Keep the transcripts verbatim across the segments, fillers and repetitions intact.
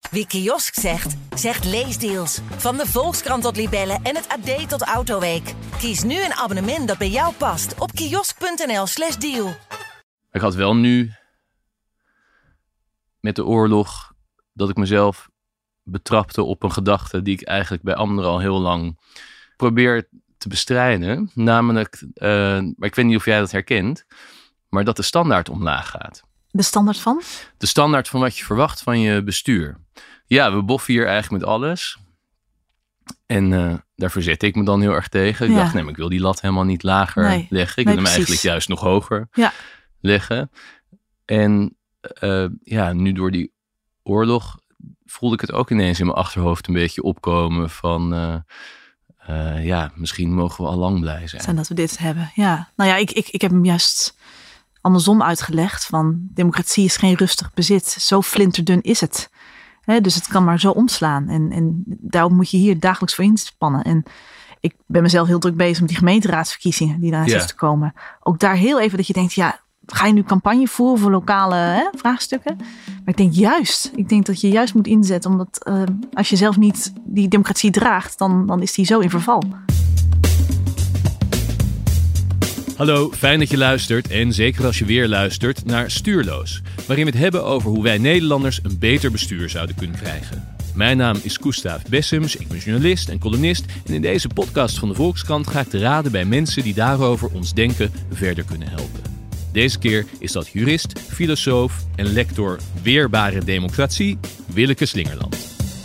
Wie kiosk zegt, zegt leesdeals. Van de Volkskrant tot Libellen en het A D tot Autoweek. Kies nu een abonnement dat bij jou past op kiosk.nl slash deal. Ik had wel nu met de oorlog dat ik mezelf betrapte op een gedachte die ik eigenlijk bij anderen al heel lang probeer te bestrijden. Namelijk, uh, maar ik weet niet of jij dat herkent, maar dat de standaard omlaag gaat. De standaard van? De standaard van wat je verwacht van je bestuur. Ja, we boffen hier eigenlijk met alles. En uh, daar verzette ik me dan heel erg tegen. Ik ja. dacht, nee, maar ik wil die lat helemaal niet lager nee. leggen. Ik nee, wil hem precies. eigenlijk juist nog hoger ja. leggen. En uh, ja, nu door die oorlog voelde ik het ook ineens in mijn achterhoofd een beetje opkomen van... Uh, uh, ja, misschien mogen we al lang blij zijn. Zijn dat we dit hebben, ja. Nou ja, ik, ik, ik heb hem juist andersom uitgelegd van democratie is geen rustig bezit. Zo flinterdun is het. He, dus het kan maar zo omslaan. En, en daarom moet je hier dagelijks voor inspannen. En ik ben mezelf heel druk bezig met die gemeenteraadsverkiezingen die daar ja. zitten te komen. Ook daar heel even dat je denkt, ja, ga je nu campagne voeren voor lokale hè, vraagstukken? Maar ik denk juist, ik denk dat je juist moet inzetten. Omdat uh, als je zelf niet die democratie draagt, dan, dan is die zo in verval. Hallo, fijn dat je luistert en zeker als je weer luistert naar Stuurloos, waarin we het hebben over hoe wij Nederlanders een beter bestuur zouden kunnen krijgen. Mijn naam is Gustav Bessems, ik ben journalist en columnist en in deze podcast van de Volkskrant ga ik te raden bij mensen die daarover ons denken verder kunnen helpen. Deze keer is dat jurist, filosoof en lector Weerbare Democratie, Willeke Slingerland.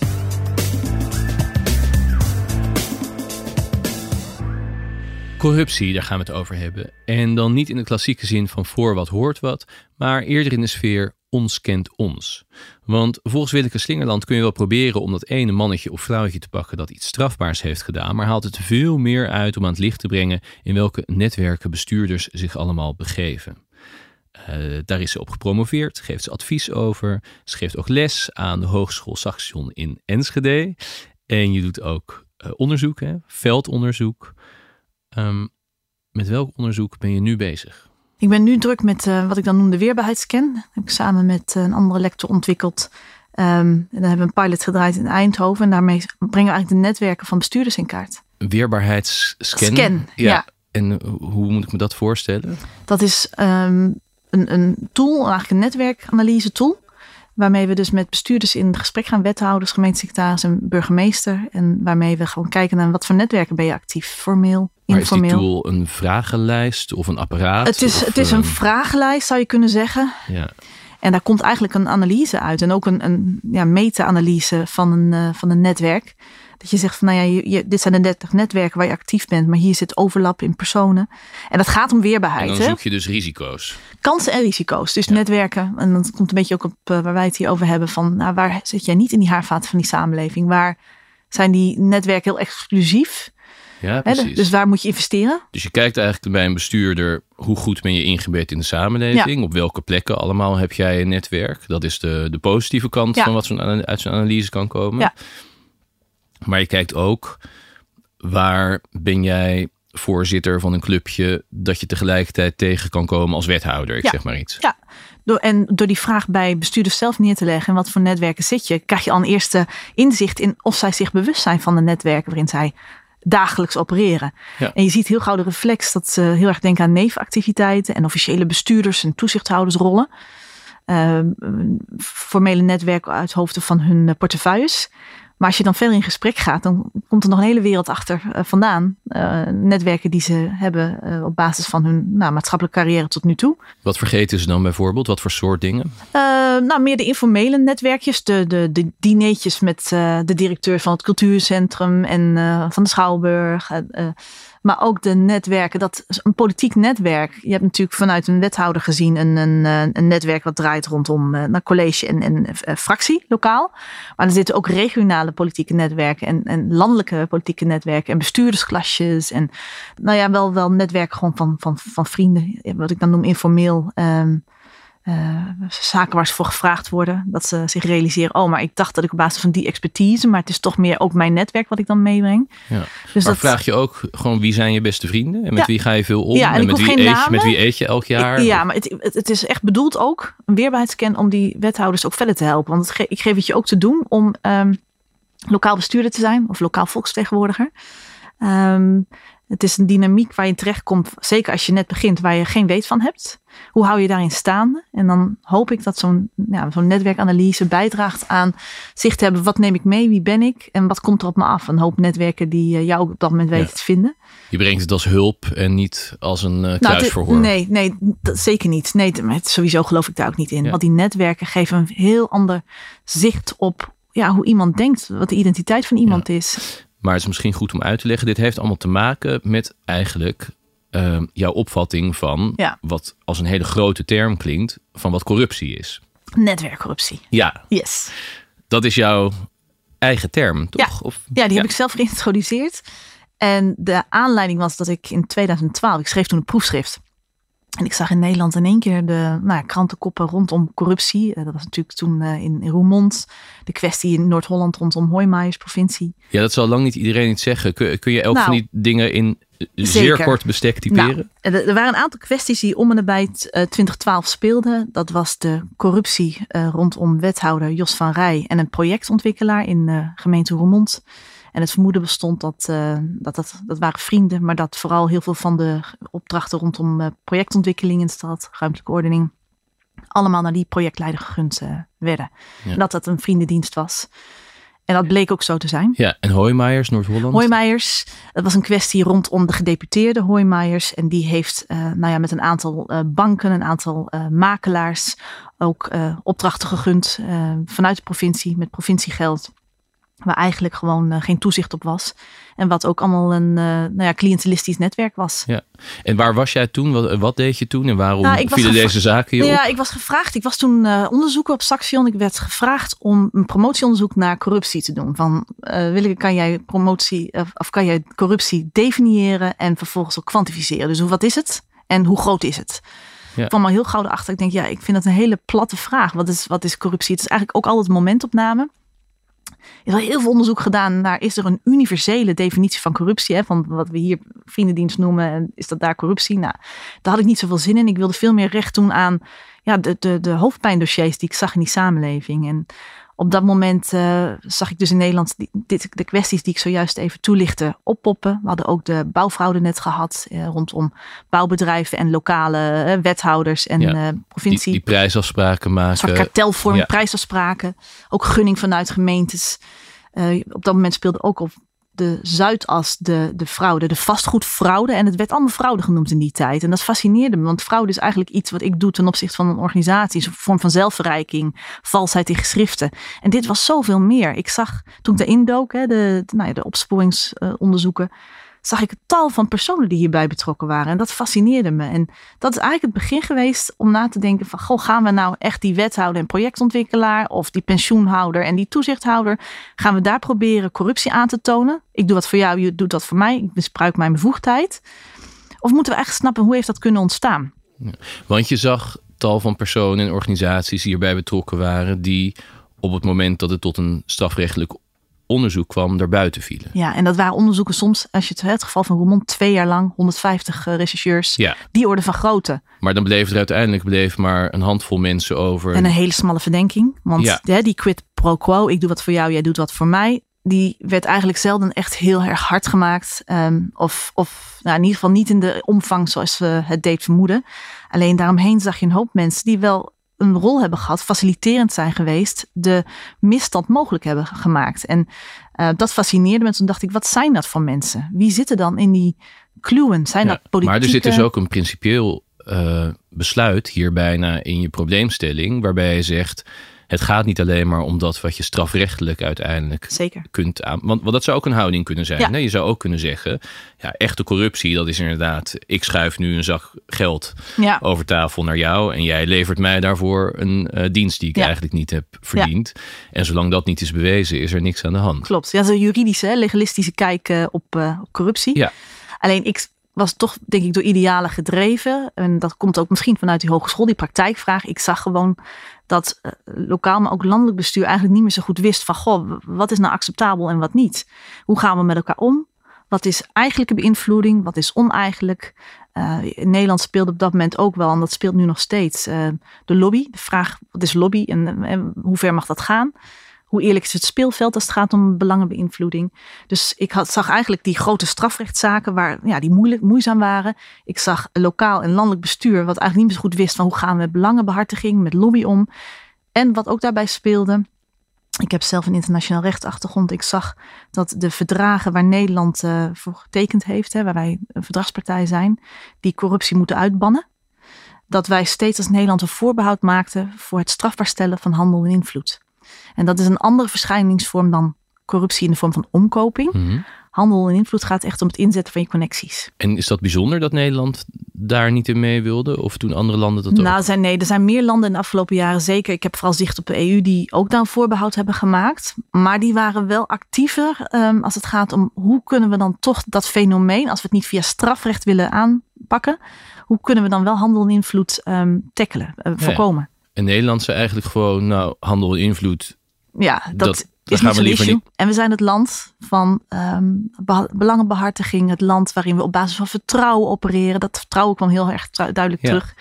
Corruptie, daar gaan we het over hebben. En dan niet in de klassieke zin van voor wat hoort wat, maar eerder in de sfeer ons kent ons. Want volgens Willeke Slingerland kun je wel proberen om dat ene mannetje of vrouwtje te pakken dat iets strafbaars heeft gedaan, maar haalt het veel meer uit om aan het licht te brengen in welke netwerken bestuurders zich allemaal begeven. Uh, daar is ze op gepromoveerd, geeft ze advies over. Ze geeft ook les aan de Hogeschool Saxion in Enschede. En je doet ook uh, onderzoek, hè, veldonderzoek. Um, met welk onderzoek ben je nu bezig? Ik ben nu druk met uh, wat ik dan noem de weerbaarheidsscan. Dat heb ik samen met uh, een andere lector ontwikkeld. Um, en dan hebben we een pilot gedraaid in Eindhoven. En daarmee brengen we eigenlijk de netwerken van bestuurders in kaart. Een weerbaarheidsscan? Scan, ja. ja. En hoe moet ik me dat voorstellen? Dat is um, een, een tool, eigenlijk een netwerkanalyse tool. Waarmee we dus met bestuurders in gesprek gaan, wethouders, gemeentesecretaris en burgemeester. En waarmee we gewoon kijken naar wat voor netwerken ben je actief, formeel, maar informeel. Maar is die tool een vragenlijst of een apparaat? Het is, of, het is een vragenlijst, zou je kunnen zeggen. Ja. En daar komt eigenlijk een analyse uit. En ook een, een ja, meta-analyse van een, uh, van een netwerk. Dat je zegt van, nou ja, je, je, dit zijn de dertig netwerken waar je actief bent. Maar hier zit overlap in personen. En dat gaat om weerbaarheid. En dan zoek hè? je dus risico's. Kansen en risico's. Dus ja. netwerken. En dat komt een beetje ook op uh, waar wij het hier over hebben. Van, nou, waar zit jij niet in die haarvaten van die samenleving? Waar zijn die netwerken heel exclusief? Ja, precies. Hè? Dus waar moet je investeren? Dus je kijkt eigenlijk bij een bestuurder, hoe goed ben je ingebed in de samenleving? Ja. Op welke plekken allemaal heb jij een netwerk? Dat is de, de positieve kant ja. van wat zo'n, uit zo'n analyse kan komen. Ja. Maar je kijkt ook, waar ben jij voorzitter van een clubje dat je tegelijkertijd tegen kan komen als wethouder? Ik ja. zeg maar iets. Ja, door, en door die vraag bij bestuurders zelf neer te leggen en wat voor netwerken zit je, krijg je al een eerste inzicht in of zij zich bewust zijn van de netwerken waarin zij dagelijks opereren. Ja. En je ziet heel gauw de reflex dat ze heel erg denken aan nevenactiviteiten en officiële bestuurders en toezichthoudersrollen. Uh, formele netwerken uit hoofden van hun portefeuilles. Maar als je dan verder in gesprek gaat, dan komt er nog een hele wereld achter uh, vandaan. Uh, netwerken die ze hebben uh, op basis van hun nou, maatschappelijke carrière tot nu toe. Wat vergeten ze dan bijvoorbeeld? Wat voor soort dingen? Uh, nou, meer de informele netwerkjes. De, de, de dineetjes met uh, de directeur van het cultuurcentrum en uh, van de Schouwburg. Uh, maar ook de netwerken, dat is een politiek netwerk. Je hebt natuurlijk vanuit een wethouder gezien een, een, een netwerk wat draait rondom uh, naar college en, en uh, fractie lokaal. Maar er zitten ook regionale politieke netwerken en, en landelijke politieke netwerken en bestuurdersklasjes. En nou ja, wel, wel netwerken gewoon van, van, van vrienden. Wat ik dan noem informeel. Um, uh, zaken waar ze voor gevraagd worden. Dat ze zich realiseren, oh, maar ik dacht dat ik op basis van die expertise, maar het is toch meer ook mijn netwerk wat ik dan meebreng. Ja. Dus maar dat, vraag je ook gewoon wie zijn je beste vrienden? En met ja. wie ga je veel om? Ja, en, en met, wie eet je, met wie eet je elk jaar? Ik, ja, maar het, het, het is echt bedoeld ook, een weerbaarheidscan, om die wethouders ook verder te helpen. Want het, ik geef het je ook te doen om um, lokaal bestuurder te zijn of lokaal volksvertegenwoordiger. Um, Het is een dynamiek waar je terechtkomt, zeker als je net begint, waar je geen weet van hebt. Hoe hou je daarin staande? En dan hoop ik dat zo'n, ja, zo'n netwerkanalyse bijdraagt aan zicht te hebben. Wat neem ik mee? Wie ben ik? En wat komt er op me af? Een hoop netwerken die jou op dat moment weten ja. te vinden. Je brengt het als hulp en niet als een uh, kruisverhoor. Nou, nee, nee dat, zeker niet. Nee, sowieso geloof ik daar ook niet in. Ja. Want die netwerken geven een heel ander zicht op ja, hoe iemand denkt. Wat de identiteit van iemand ja. is. Maar het is misschien goed om uit te leggen. Dit heeft allemaal te maken met eigenlijk uh, jouw opvatting van ja. wat als een hele grote term klinkt, van wat corruptie is. Netwerkcorruptie. Ja. Yes. Dat is jouw eigen term, toch? Ja, of, ja die ja. heb ik zelf geïntroduceerd. En de aanleiding was dat ik in twintig twaalf, ik schreef toen een proefschrift. En ik zag in Nederland in één keer de nou ja, krantenkoppen rondom corruptie. Dat was natuurlijk toen uh, in, in Roermond. De kwestie in Noord-Holland rondom Hoijmaijers provincie. Ja, dat zal lang niet iedereen iets zeggen. Kun, kun je elk nou, van die dingen in zeer zeker. kort bestek typeren? Nou, er waren een aantal kwesties die om en nabij twintig twaalf speelden. Dat was de corruptie uh, rondom wethouder Jos van Rij en een projectontwikkelaar in uh, gemeente Roermond. En het vermoeden bestond dat, uh, dat, dat dat waren vrienden, maar dat vooral heel veel van de opdrachten rondom uh, projectontwikkeling in de stad, ruimtelijke ordening, allemaal naar die projectleider gegund uh, werden. Ja. En dat dat een vriendendienst was. En dat bleek ook zo te zijn. Ja, en Hoijmaijers, Noord-Holland? Hoijmaijers, dat was een kwestie rondom de gedeputeerde Hoijmaijers. En die heeft uh, nou ja, met een aantal uh, banken, een aantal uh, makelaars ook uh, opdrachten gegund uh, vanuit de provincie met provinciegeld. Waar eigenlijk gewoon uh, geen toezicht op was. En wat ook allemaal een uh, nou ja, cliëntelistisch netwerk was. Ja. En waar was jij toen? Wat, wat deed je toen? En waarom nou, vielen gevra- deze zaken je op? Ja, ik was gevraagd. Ik was toen uh, onderzoeker op Saxion. Ik werd gevraagd om een promotieonderzoek naar corruptie te doen. Van uh, Willeke, kan jij promotie of, of kan jij corruptie definiëren en vervolgens ook kwantificeren? Dus hoe, wat is het en hoe groot is het? Ja. Ik kwam al heel gauw erachter. Ik denk, ja, ik vind dat een hele platte vraag. Wat is, wat is corruptie? Het is eigenlijk ook altijd momentopname. Er is al heel veel onderzoek gedaan naar, is er een universele definitie van corruptie? Hè? Van wat we hier vriendendienst noemen, is dat daar corruptie? Nou, daar had ik niet zoveel zin in. Ik wilde veel meer recht doen aan ja, de, de, de hoofdpijndossiers die ik zag in die samenleving. En op dat moment uh, zag ik dus in Nederland die, dit, de kwesties die ik zojuist even toelichtte oppoppen. We hadden ook de bouwfraude net gehad uh, rondom bouwbedrijven en lokale uh, wethouders en ja, uh, provincie. Die, die prijsafspraken maken. Een soort kartelvorm, ja. Prijsafspraken. Ook gunning vanuit gemeentes. Uh, op dat moment speelde ook op de Zuidas de, de fraude, de vastgoedfraude. En het werd allemaal fraude genoemd in die tijd. En dat fascineerde me, want fraude is eigenlijk iets wat ik doe ten opzichte van een organisatie. Het is een vorm van zelfverrijking, valsheid in geschriften. En dit was zoveel meer. Ik zag, toen ik daarin dook, hè, de, de, nou ja, de opsporingsonderzoeken, uh, zag ik het tal van personen die hierbij betrokken waren. En dat fascineerde me. En dat is eigenlijk het begin geweest om na te denken van, goh, gaan we nou echt die wethouder en projectontwikkelaar of die pensioenhouder en die toezichthouder, gaan we daar proberen corruptie aan te tonen? Ik doe wat voor jou, je doet dat voor mij. Ik misbruik mijn bevoegdheid. Of moeten we echt snappen, hoe heeft dat kunnen ontstaan? Ja, want je zag tal van personen en organisaties die hierbij betrokken waren, die op het moment dat het tot een strafrechtelijk onderzoek kwam, daarbuiten vielen. Ja, en dat waren onderzoeken soms, als je het, het geval van Roermond, twee jaar lang, honderdvijftig uh, rechercheurs, ja. Die orde van grootte. Maar dan bleef er uiteindelijk bleef maar een handvol mensen over. En een hele smalle verdenking, want ja. hè, die quid pro quo, ik doe wat voor jou, jij doet wat voor mij, die werd eigenlijk zelden echt heel erg hard gemaakt. Um, of of nou, in ieder geval niet in de omvang zoals we het deed vermoeden. Alleen daaromheen zag je een hoop mensen die wel een rol hebben gehad, faciliterend zijn geweest, de misstand mogelijk hebben gemaakt. En uh, dat fascineerde me. Toen dacht ik, wat zijn dat voor mensen? Wie zitten dan in die kluwen? Zijn ja, dat politieke... Maar er zit dus ook een principieel uh, besluit hier bijna in je probleemstelling, waarbij je zegt, het gaat niet alleen maar om dat wat je strafrechtelijk uiteindelijk Zeker. kunt aan. Want, want dat zou ook een houding kunnen zijn. Ja. Hè? Je zou ook kunnen zeggen, ja, echte corruptie, dat is inderdaad, ik schuif nu een zak geld ja. over tafel naar jou en jij levert mij daarvoor een uh, dienst die ik ja. eigenlijk niet heb verdiend. Ja. En zolang dat niet is bewezen, is er niks aan de hand. Klopt. Ja, dat is een juridische, legalistische kijk uh, op, uh, op corruptie. Ja. Alleen ik was toch, denk ik, door idealen gedreven. En dat komt ook misschien vanuit die hogeschool, die praktijkvraag. Ik zag gewoon dat uh, lokaal, maar ook landelijk bestuur eigenlijk niet meer zo goed wist van, goh, wat is nou acceptabel en wat niet? Hoe gaan we met elkaar om? Wat is eigenlijke beïnvloeding? Wat is oneigenlijk? Uh, in Nederland speelde op dat moment ook wel, en dat speelt nu nog steeds, uh, de lobby. De vraag, wat is lobby en, en hoe ver mag dat gaan? Hoe eerlijk is het speelveld als het gaat om belangenbeïnvloeding? Dus ik had, zag eigenlijk die grote strafrechtszaken waar, ja, die moeilijk, moeizaam waren. Ik zag lokaal en landelijk bestuur wat eigenlijk niet meer zo goed wist van hoe gaan we met belangenbehartiging, met lobby om. En wat ook daarbij speelde, ik heb zelf een internationaal rechtsachtergrond. Ik zag dat de verdragen waar Nederland uh, voor getekend heeft, hè, waar wij een verdragspartij zijn, die corruptie moeten uitbannen. Dat wij steeds als Nederland een voorbehoud maakten voor het strafbaar stellen van handel en invloed. En dat is een andere verschijningsvorm dan corruptie in de vorm van omkoping. Mm-hmm. Handel en invloed gaat echt om het inzetten van je connecties. En is dat bijzonder dat Nederland daar niet in mee wilde? Of doen andere landen dat ook? Nou, zijn, nee, er zijn meer landen in de afgelopen jaren zeker. Ik heb vooral zicht op de E U die ook daar een voorbehoud hebben gemaakt. Maar die waren wel actiever um, als het gaat om hoe kunnen we dan toch dat fenomeen, als we het niet via strafrecht willen aanpakken, hoe kunnen we dan wel handel en invloed um, tackelen, uh, ja, voorkomen? En Nederland zei eigenlijk gewoon, nou, handel en invloed. Ja, dat, dat is gaan niet we zo'n issue. Niet. En we zijn het land van um, belangenbehartiging. Het land waarin we op basis van vertrouwen opereren. Dat vertrouwen kwam heel erg tru- duidelijk ja. terug.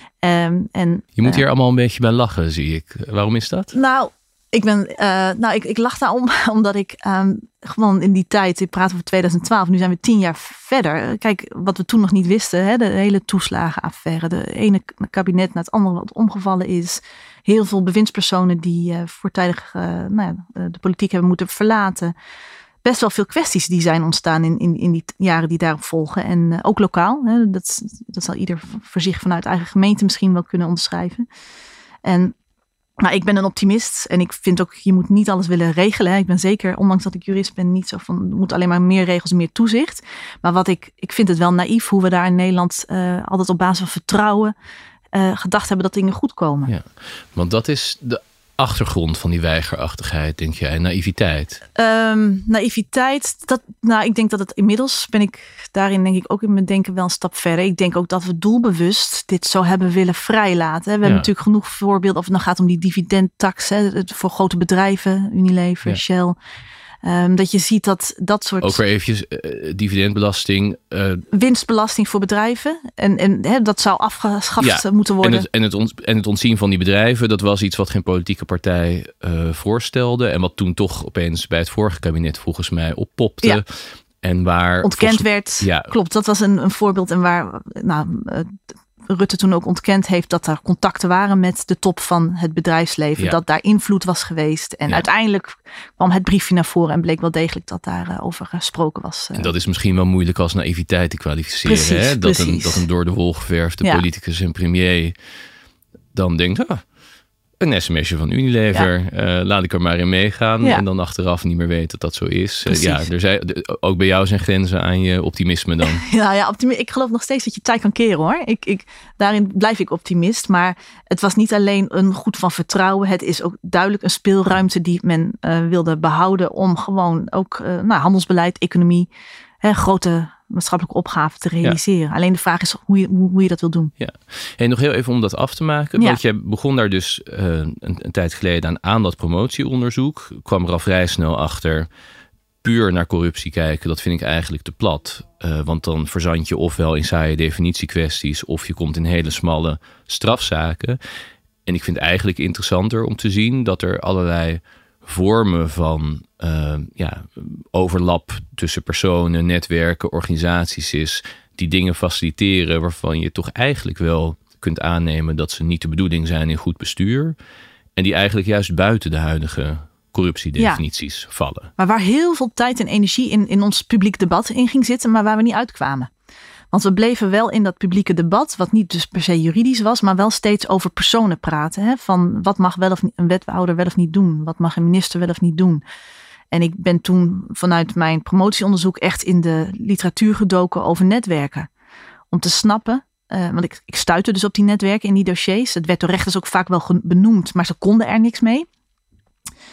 Um, en, Je moet uh, hier allemaal een beetje bij lachen, zie ik. Waarom is dat? Nou, ik, ben, uh, nou, ik, ik lach daarom omdat ik um, gewoon in die tijd, ik praat over twintig twaalf, nu zijn we tien jaar verder. Kijk, wat we toen nog niet wisten, hè, de hele toeslagenaffaire. De ene kabinet na het andere wat omgevallen is. Heel veel bewindspersonen die uh, voortijdig uh, nou ja, de politiek hebben moeten verlaten. Best wel veel kwesties die zijn ontstaan in, in, in die jaren die daarop volgen. En uh, ook lokaal. Hè, dat, dat zal ieder voor zich vanuit eigen gemeente misschien wel kunnen onderschrijven. En nou, ik ben een optimist. En ik vind ook, je moet niet alles willen regelen. Hè. Ik ben zeker, ondanks dat ik jurist ben, niet zo van, er moet alleen maar meer regels, meer toezicht. Maar wat ik, ik vind het wel naïef hoe we daar in Nederland uh, altijd op basis van vertrouwen Uh, gedacht hebben dat dingen goed komen. Ja, want dat is de achtergrond van die weigerachtigheid, denk jij, naïviteit? Um, naïviteit, dat, nou, ik denk dat het inmiddels, ben ik daarin denk ik ook in mijn denken wel een stap verder. Ik denk ook dat we doelbewust dit zo hebben willen vrijlaten. We hebben ja. natuurlijk genoeg voorbeelden, of het nou gaat om die dividendtax, hè, voor grote bedrijven, Unilever, ja. Shell. Um, dat je ziet dat dat soort... Ook weer eventjes uh, dividendbelasting. Uh... Winstbelasting voor bedrijven. En, en hè, dat zou afgeschaft ja, moeten worden. En het, en, het ont, en het ontzien van die bedrijven, dat was iets wat geen politieke partij uh, voorstelde. En wat toen toch opeens bij het vorige kabinet volgens mij oppopte. Ja. En waar... Ontkend volgens... werd. Ja. Klopt, dat was een, een voorbeeld. En waar... Nou, uh, Rutte toen ook ontkend heeft dat er contacten waren met de top van het bedrijfsleven. Ja. Dat daar invloed was geweest. En ja. uiteindelijk kwam het briefje naar voren en bleek wel degelijk dat daarover uh, over gesproken was. Uh. En dat is misschien wel moeilijk als naïviteit te kwalificeren. Precies, hè? Dat, precies. Een, dat een door de wol geverfde ja. politicus en premier dan denkt, ah, een sms'je van Unilever, ja. uh, laat ik er maar in meegaan. Ja. En dan achteraf niet meer weten dat dat zo is. Uh, ja, er zijn, ook bij jou zijn grenzen aan je optimisme dan. Ja, ja optimi- ik geloof nog steeds dat je tijd kan keren hoor. Ik, ik, daarin blijf ik optimist. Maar het was niet alleen een goed van vertrouwen. Het is ook duidelijk een speelruimte die men uh, wilde behouden om gewoon ook uh, nou, handelsbeleid, economie, hè, grote maatschappelijke opgave te realiseren. Ja. Alleen de vraag is hoe je, hoe, hoe je dat wil doen. Ja. En nog heel even om dat af te maken. Ja. Want je begon daar dus uh, een, een tijd geleden aan, aan dat promotieonderzoek. Kwam er al vrij snel achter. Puur naar corruptie kijken, dat vind ik eigenlijk te plat. Uh, want dan verzand je ofwel in saaie definitiekwesties, of je komt in hele smalle strafzaken. En ik vind het eigenlijk interessanter om te zien dat er allerlei vormen van uh, ja, overlap tussen personen, netwerken, organisaties is, die dingen faciliteren waarvan je toch eigenlijk wel kunt aannemen dat ze niet de bedoeling zijn in goed bestuur. En die eigenlijk juist buiten de huidige corruptiedefinities ja. vallen. Maar waar heel veel tijd en energie in, in ons publiek debat in ging zitten, maar waar we niet uitkwamen. Want we bleven wel in dat publieke debat, wat niet dus per se juridisch was, maar wel steeds over personen praten. Hè? Van wat mag wel of niet, een wethouder wel of niet doen? Wat mag een minister wel of niet doen? En ik ben toen vanuit mijn promotieonderzoek echt in de literatuur gedoken over netwerken. Om te snappen, uh, want ik, ik stuitte dus op die netwerken in die dossiers. Het werd door rechters ook vaak wel benoemd, maar ze konden er niks mee.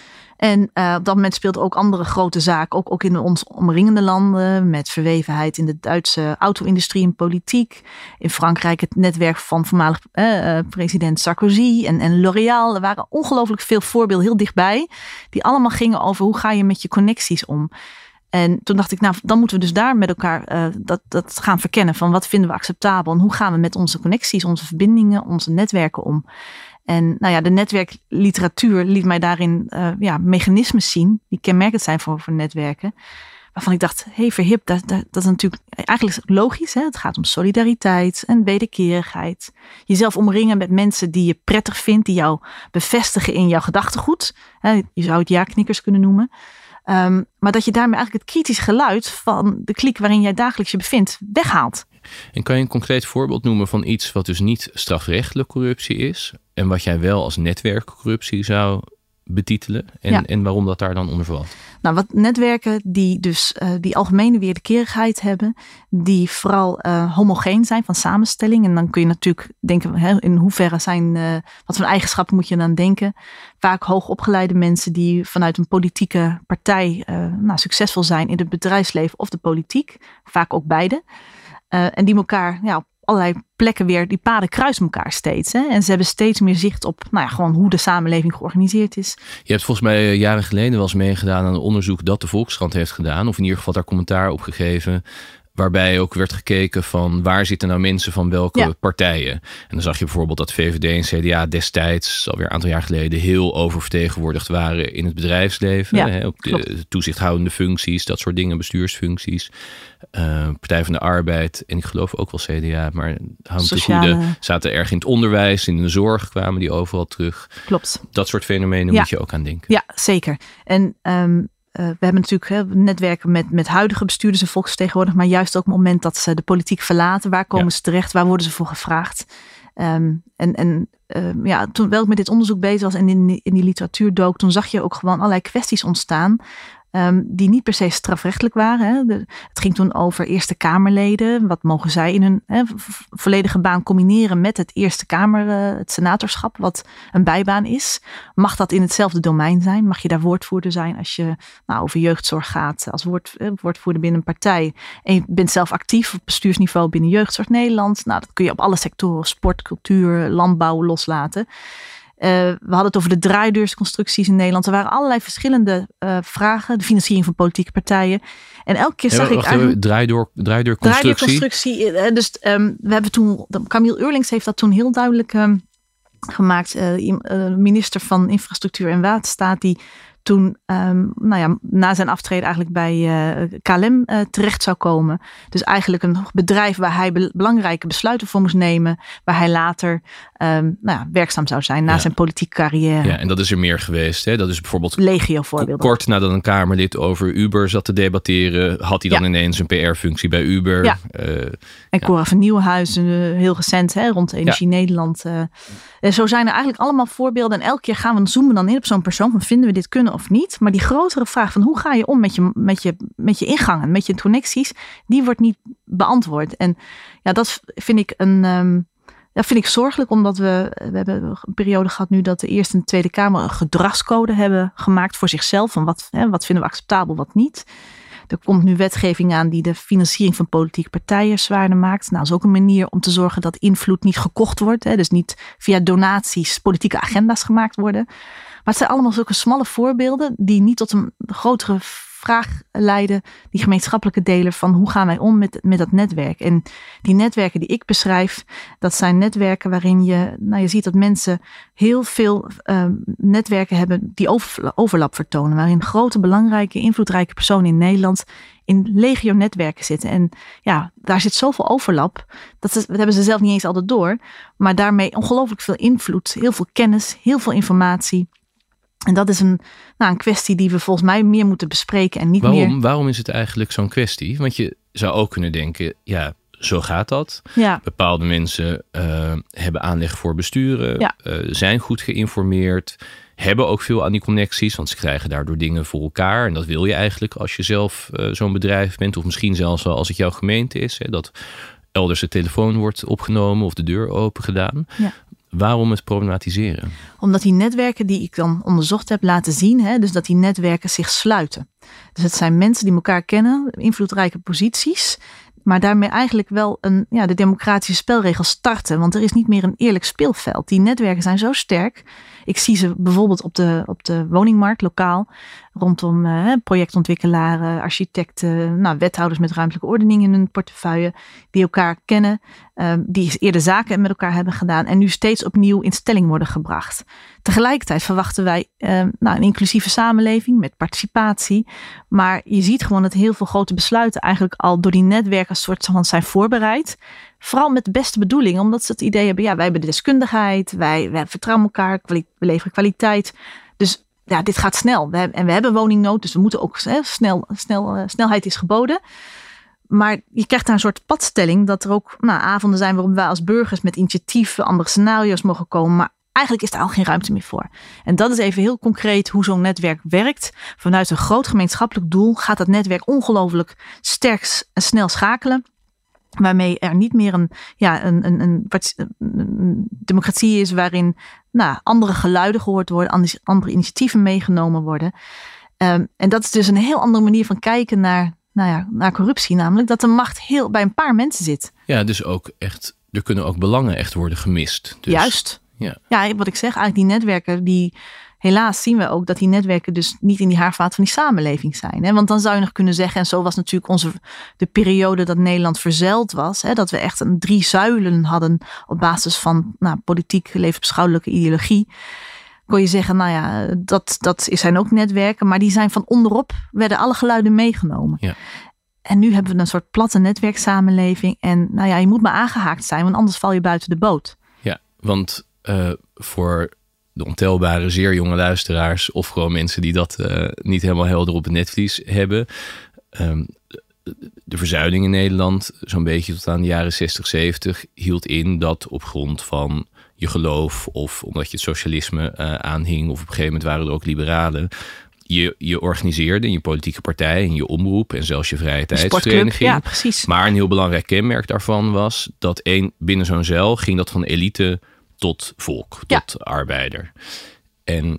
En uh, op dat moment speelden ook andere grote zaken, ook, ook in ons omringende landen, met verwevenheid in de Duitse auto-industrie en politiek. In Frankrijk het netwerk van voormalig uh, president Sarkozy en, en L'Oréal. Er waren ongelooflijk veel voorbeelden heel dichtbij, die allemaal gingen over hoe ga je met je connecties om. En toen dacht ik, nou, dan moeten we dus daar met elkaar uh, dat, dat gaan verkennen van wat vinden we acceptabel en hoe gaan we met onze connecties, onze verbindingen, onze netwerken om. En nou ja, de netwerkliteratuur liet mij daarin uh, ja, mechanismes zien die kenmerkend zijn voor, voor netwerken. Waarvan ik dacht, hé, hey, verhip, dat, dat, dat is natuurlijk eigenlijk logisch. Hè? Het gaat om solidariteit en wederkerigheid. Jezelf omringen met mensen die je prettig vindt, die jou bevestigen in jouw gedachtegoed. Je zou het ja-knikkers kunnen noemen. Um, maar dat je daarmee eigenlijk het kritisch geluid van de kliek waarin jij dagelijks je bevindt weghaalt. En kan je een concreet voorbeeld noemen van iets wat dus niet strafrechtelijk corruptie is en wat jij wel als netwerkcorruptie zou betitelen en, ja. en waarom dat daar dan onder valt? Nou, wat netwerken die dus uh, die algemene wederkerigheid hebben, die vooral uh, homogeen zijn van samenstelling. En dan kun je natuurlijk denken, hè, in hoeverre zijn, uh, wat voor eigenschappen moet je dan denken? Vaak hoogopgeleide mensen die vanuit een politieke partij uh, nou, succesvol zijn in het bedrijfsleven of de politiek. Vaak ook beide. Uh, en die elkaar ja, op allerlei plekken weer, die paden kruisen elkaar steeds. Hè? En ze hebben steeds meer zicht op nou ja, gewoon hoe de samenleving georganiseerd is. Je hebt volgens mij jaren geleden wel eens meegedaan aan een onderzoek dat de Volkskrant heeft gedaan. Of in ieder geval daar commentaar op gegeven. Waarbij ook werd gekeken van waar zitten nou mensen van welke ja. partijen. En dan zag je bijvoorbeeld dat V V D en C D A destijds, alweer een aantal jaar geleden, heel oververtegenwoordigd waren in het bedrijfsleven. Ja, hè, ook de toezichthoudende functies, dat soort dingen, bestuursfuncties. Uh, Partij van de Arbeid en ik geloof ook wel C D A, maar hou te goede, zaten erg in het onderwijs, in de zorg kwamen die overal terug. Klopt. Dat soort fenomenen ja. moet je ook aan denken. Ja, zeker. En um, Uh, we hebben natuurlijk hè, netwerken met, met huidige bestuurders en volksvertegenwoordigers, maar juist ook op het moment dat ze de politiek verlaten, waar komen ja. ze terecht, waar worden ze voor gevraagd? Um, en en uh, ja, toen wel ik met dit onderzoek bezig was en in, in die literatuur dook, toen zag je ook gewoon allerlei kwesties ontstaan. Um, die niet per se strafrechtelijk waren. Hè. De, het ging toen over Eerste Kamerleden. Wat mogen zij in hun hè, volledige baan combineren met het Eerste Kamer, uh, het senatorschap, wat een bijbaan is. Mag dat in hetzelfde domein zijn? Mag je daar woordvoerder zijn als je nou, over jeugdzorg gaat, als woord, eh, woordvoerder binnen een partij. En je bent zelf actief op bestuursniveau binnen Jeugdzorg Nederland. Nou, dat kun je op alle sectoren, sport, cultuur, landbouw loslaten. Uh, we hadden het over de draaideursconstructies in Nederland. Er waren allerlei verschillende uh, vragen. De financiering van politieke partijen. En elke keer zag ja, ik eigenlijk... Draaideur, draaideurconstructie. Draaideurconstructie. Uh, dus um, we hebben toen... Camille Eurlings heeft dat toen heel duidelijk um, gemaakt. Uh, uh, minister van Infrastructuur en Waterstaat. Die toen um, nou ja, na zijn aftreden eigenlijk bij uh, K L M uh, terecht zou komen. Dus eigenlijk een bedrijf waar hij be- belangrijke besluiten voor moest nemen. Waar hij later um, nou ja, werkzaam zou zijn na ja. zijn politieke carrière. Ja, en dat is er meer geweest. Hè? Dat is bijvoorbeeld legio voorbeelden. Kort nadat een Kamerlid over Uber zat te debatteren, had hij dan ja. ineens een P R-functie bij Uber. Ja. Uh, en Cora ja. van Nieuwenhuizen, uh, heel recent hè, rond Energie ja. Nederland. Uh, en zo zijn er eigenlijk allemaal voorbeelden. En elke keer gaan we zoomen dan in op zo'n persoon. Van vinden we dit kunnen of niet? Maar die grotere vraag van hoe ga je om met je, met je, met je ingangen, met je connecties, die wordt niet beantwoord. En ja, dat vind ik een... Um, Dat vind ik zorgelijk, omdat we, we hebben een periode gehad nu dat de Eerste en de Tweede Kamer een gedragscode hebben gemaakt voor zichzelf. Van wat, hè, wat vinden we acceptabel, wat niet. Er komt nu wetgeving aan die de financiering van politieke partijen zwaarder maakt. Nou, dat is ook een manier om te zorgen dat invloed niet gekocht wordt. Hè, dus niet via donaties politieke agenda's gemaakt worden. Maar het zijn allemaal zulke smalle voorbeelden die niet tot een grotere vraag leiden, die gemeenschappelijke delen van hoe gaan wij om met, met dat netwerk. En die netwerken die ik beschrijf, dat zijn netwerken waarin je, nou je ziet dat mensen heel veel uh, netwerken hebben die over, overlap vertonen. Waarin grote, belangrijke, invloedrijke personen in Nederland in legio netwerken zitten. En ja, daar zit zoveel overlap. Dat, is, dat hebben ze zelf niet eens altijd door. Maar daarmee ongelooflijk veel invloed, heel veel kennis, heel veel informatie. En dat is een, nou, een kwestie die we volgens mij meer moeten bespreken en niet waarom, meer... Waarom is het eigenlijk zo'n kwestie? Want je zou ook kunnen denken, ja, zo gaat dat. Ja. Bepaalde mensen uh, hebben aanleg voor besturen, ja. uh, zijn goed geïnformeerd, hebben ook veel aan die connecties, want ze krijgen daardoor dingen voor elkaar. En dat wil je eigenlijk als je zelf uh, zo'n bedrijf bent, of misschien zelfs wel als het jouw gemeente is, hè, dat elders de telefoon wordt opgenomen of de deur open gedaan. Ja. waarom het problematiseren? Omdat die netwerken die ik dan onderzocht heb laten zien, hè, dus dat die netwerken zich sluiten. Dus het zijn mensen die elkaar kennen, invloedrijke posities, maar daarmee eigenlijk wel een, ja, de democratische spelregels starten. Want er is niet meer een eerlijk speelveld. Die netwerken zijn zo sterk. Ik zie ze bijvoorbeeld op de, op de woningmarkt lokaal. Rondom uh, projectontwikkelaren, architecten, nou, wethouders met ruimtelijke ordening in hun portefeuille. Die elkaar kennen. Uh, die eerder zaken met elkaar hebben gedaan. En nu steeds opnieuw in stelling worden gebracht. Tegelijkertijd verwachten wij uh, nou, een inclusieve samenleving met participatie. Maar je ziet gewoon dat heel veel grote besluiten eigenlijk al door die netwerken een soort van zijn voorbereid. Vooral met de beste bedoelingen, omdat ze het idee hebben, ja, wij hebben de deskundigheid, wij, wij vertrouwen elkaar, kwali- we leveren kwaliteit. Dus ja, dit gaat snel. We hebben, en we hebben woningnood, dus we moeten ook hè, snel, snel, uh, snelheid is geboden. Maar je krijgt daar een soort padstelling dat er ook nou, avonden zijn waarop wij als burgers met initiatieven, andere scenario's mogen komen. Maar eigenlijk is daar al geen ruimte meer voor. En dat is even heel concreet hoe zo'n netwerk werkt. Vanuit een groot gemeenschappelijk doel gaat dat netwerk ongelooflijk sterk en snel schakelen. Waarmee er niet meer een, ja, een, een, een, een democratie is waarin nou, andere geluiden gehoord worden, andere initiatieven meegenomen worden. Um, en dat is dus een heel andere manier van kijken naar, nou ja, naar corruptie. Namelijk dat de macht heel bij een paar mensen zit. Ja, dus ook echt, er kunnen ook belangen echt worden gemist. Dus, Juist. Ja. ja, wat ik zeg, eigenlijk die netwerken die... Helaas zien we ook dat die netwerken dus niet in die haarvaat van die samenleving zijn. Hè? Want dan zou je nog kunnen zeggen, en zo was natuurlijk onze de periode dat Nederland verzeild was. Hè? Dat we echt een drie zuilen hadden op basis van nou, politiek, levensbeschouwelijke ideologie. Kon je zeggen, nou ja, dat, dat zijn ook netwerken. Maar die zijn van onderop, werden alle geluiden meegenomen. Ja. En nu hebben we een soort platte netwerksamenleving. En nou ja, je moet maar aangehaakt zijn, want anders val je buiten de boot. Ja, want uh, voor... de ontelbare zeer jonge luisteraars of gewoon mensen die dat uh, niet helemaal helder op het netvlies hebben. Um, de verzuiling in Nederland, zo'n beetje tot aan de jaren zestig, zeventig, hield in dat op grond van je geloof of omdat je het socialisme uh, aanhing of op een gegeven moment waren er ook liberalen, je, je organiseerde in je politieke partij, in je omroep en zelfs je vrije tijdsvereniging. Ja, precies. Maar een heel belangrijk kenmerk daarvan was dat één, binnen zo'n zeil ging dat van elite tot volk, ja. tot arbeider. En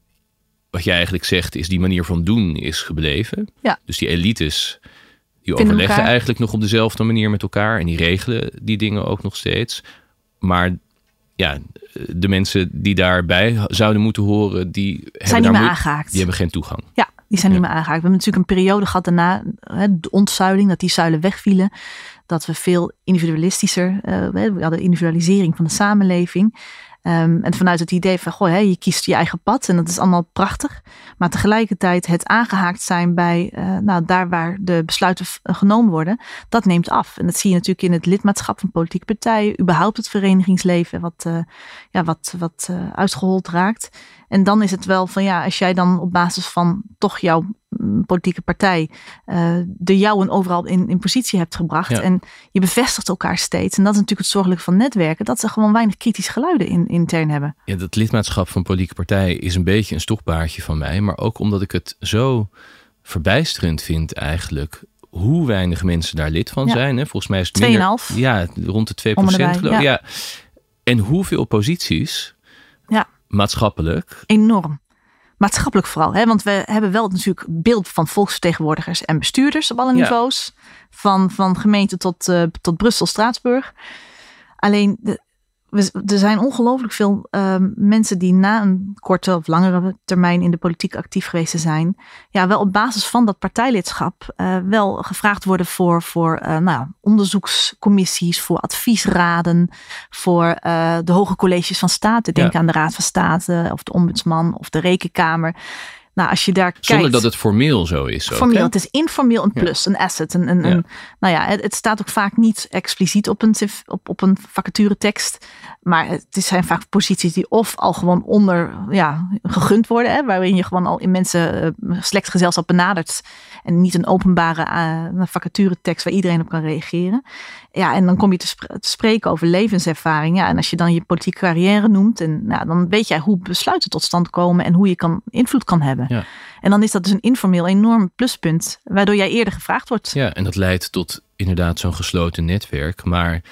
wat jij eigenlijk zegt is die manier van doen is gebleven. Ja. Dus die elites die Vinden overleggen elkaar. eigenlijk nog op dezelfde manier met elkaar en die regelen die dingen ook nog steeds. Maar ja, de mensen die daarbij zouden moeten horen, die zijn hebben niet daar meer mo- aangehaakt. Die hebben geen toegang. Ja, die zijn Ja. niet meer aangehaakt. We hebben natuurlijk een periode gehad daarna, hè, de ontzuiling, dat die zuilen wegvielen. Dat we veel individualistischer, uh, we hadden individualisering van de samenleving. Um, en vanuit het idee van, goh, hè, je kiest je eigen pad en dat is allemaal prachtig. Maar tegelijkertijd het aangehaakt zijn bij uh, nou, daar waar de besluiten f- genomen worden, dat neemt af. En dat zie je natuurlijk in het lidmaatschap van politieke partijen, überhaupt het verenigingsleven wat, uh, ja, wat, wat uh, uitgehold raakt. En dan is het wel van, ja, als jij dan op basis van toch jouw mm, politieke partij uh, de jouwen overal in, in positie hebt gebracht. Ja. En je bevestigt elkaar steeds. En dat is natuurlijk het zorgelijke van netwerken, dat ze gewoon weinig kritische geluiden in, intern hebben. Ja, dat lidmaatschap van politieke partijen is een beetje een stokpaardje van mij. Maar ook omdat ik het zo verbijsterend vind eigenlijk hoe weinig mensen daar lid van Ja. zijn. Hè? Volgens mij is het twee minder, komma vijf. Ja, rond de twee Om en procent erbij, geloof ik. ja. Ja. En hoeveel posities Ja. maatschappelijk. Enorm. Maatschappelijk vooral. Hè? Want we hebben wel natuurlijk beeld van volksvertegenwoordigers en bestuurders op alle Ja. niveaus. Van, van gemeente tot, uh, tot Brussel, Straatsburg. Alleen, de, we, er zijn ongelooflijk veel uh, mensen die na een korte of langere termijn in de politiek actief geweest te zijn. Ja, wel op basis van dat partijlidschap uh, wel gevraagd worden voor, voor uh, nou, onderzoekscommissies, voor adviesraden, voor uh, de hoge colleges van State. Denk Ja. aan de Raad van State of de Ombudsman of de Rekenkamer. Nou, als je daar Zonder kijkt, dat het formeel zo is. Ook, formeel, hè? het is informeel een plus, een asset. Een, een, Ja. een, nou ja, het, het staat ook vaak niet expliciet op een, op, op een vacaturetekst. Maar het zijn vaak posities die of al gewoon onder ja, gegund worden. Hè, waarin je gewoon al in mensen uh, slecht gezelschap benadert. En niet een openbare uh, vacaturetekst waar iedereen op kan reageren. Ja, en dan kom je te, sp- te spreken over levenservaring. Ja, en als je dan je politieke carrière noemt. En, nou, dan weet jij hoe besluiten tot stand komen. En hoe je kan, invloed kan hebben. Ja. En dan is dat dus een informeel enorm pluspunt. Waardoor jij eerder gevraagd wordt. Ja, en dat leidt tot inderdaad zo'n gesloten netwerk. Maar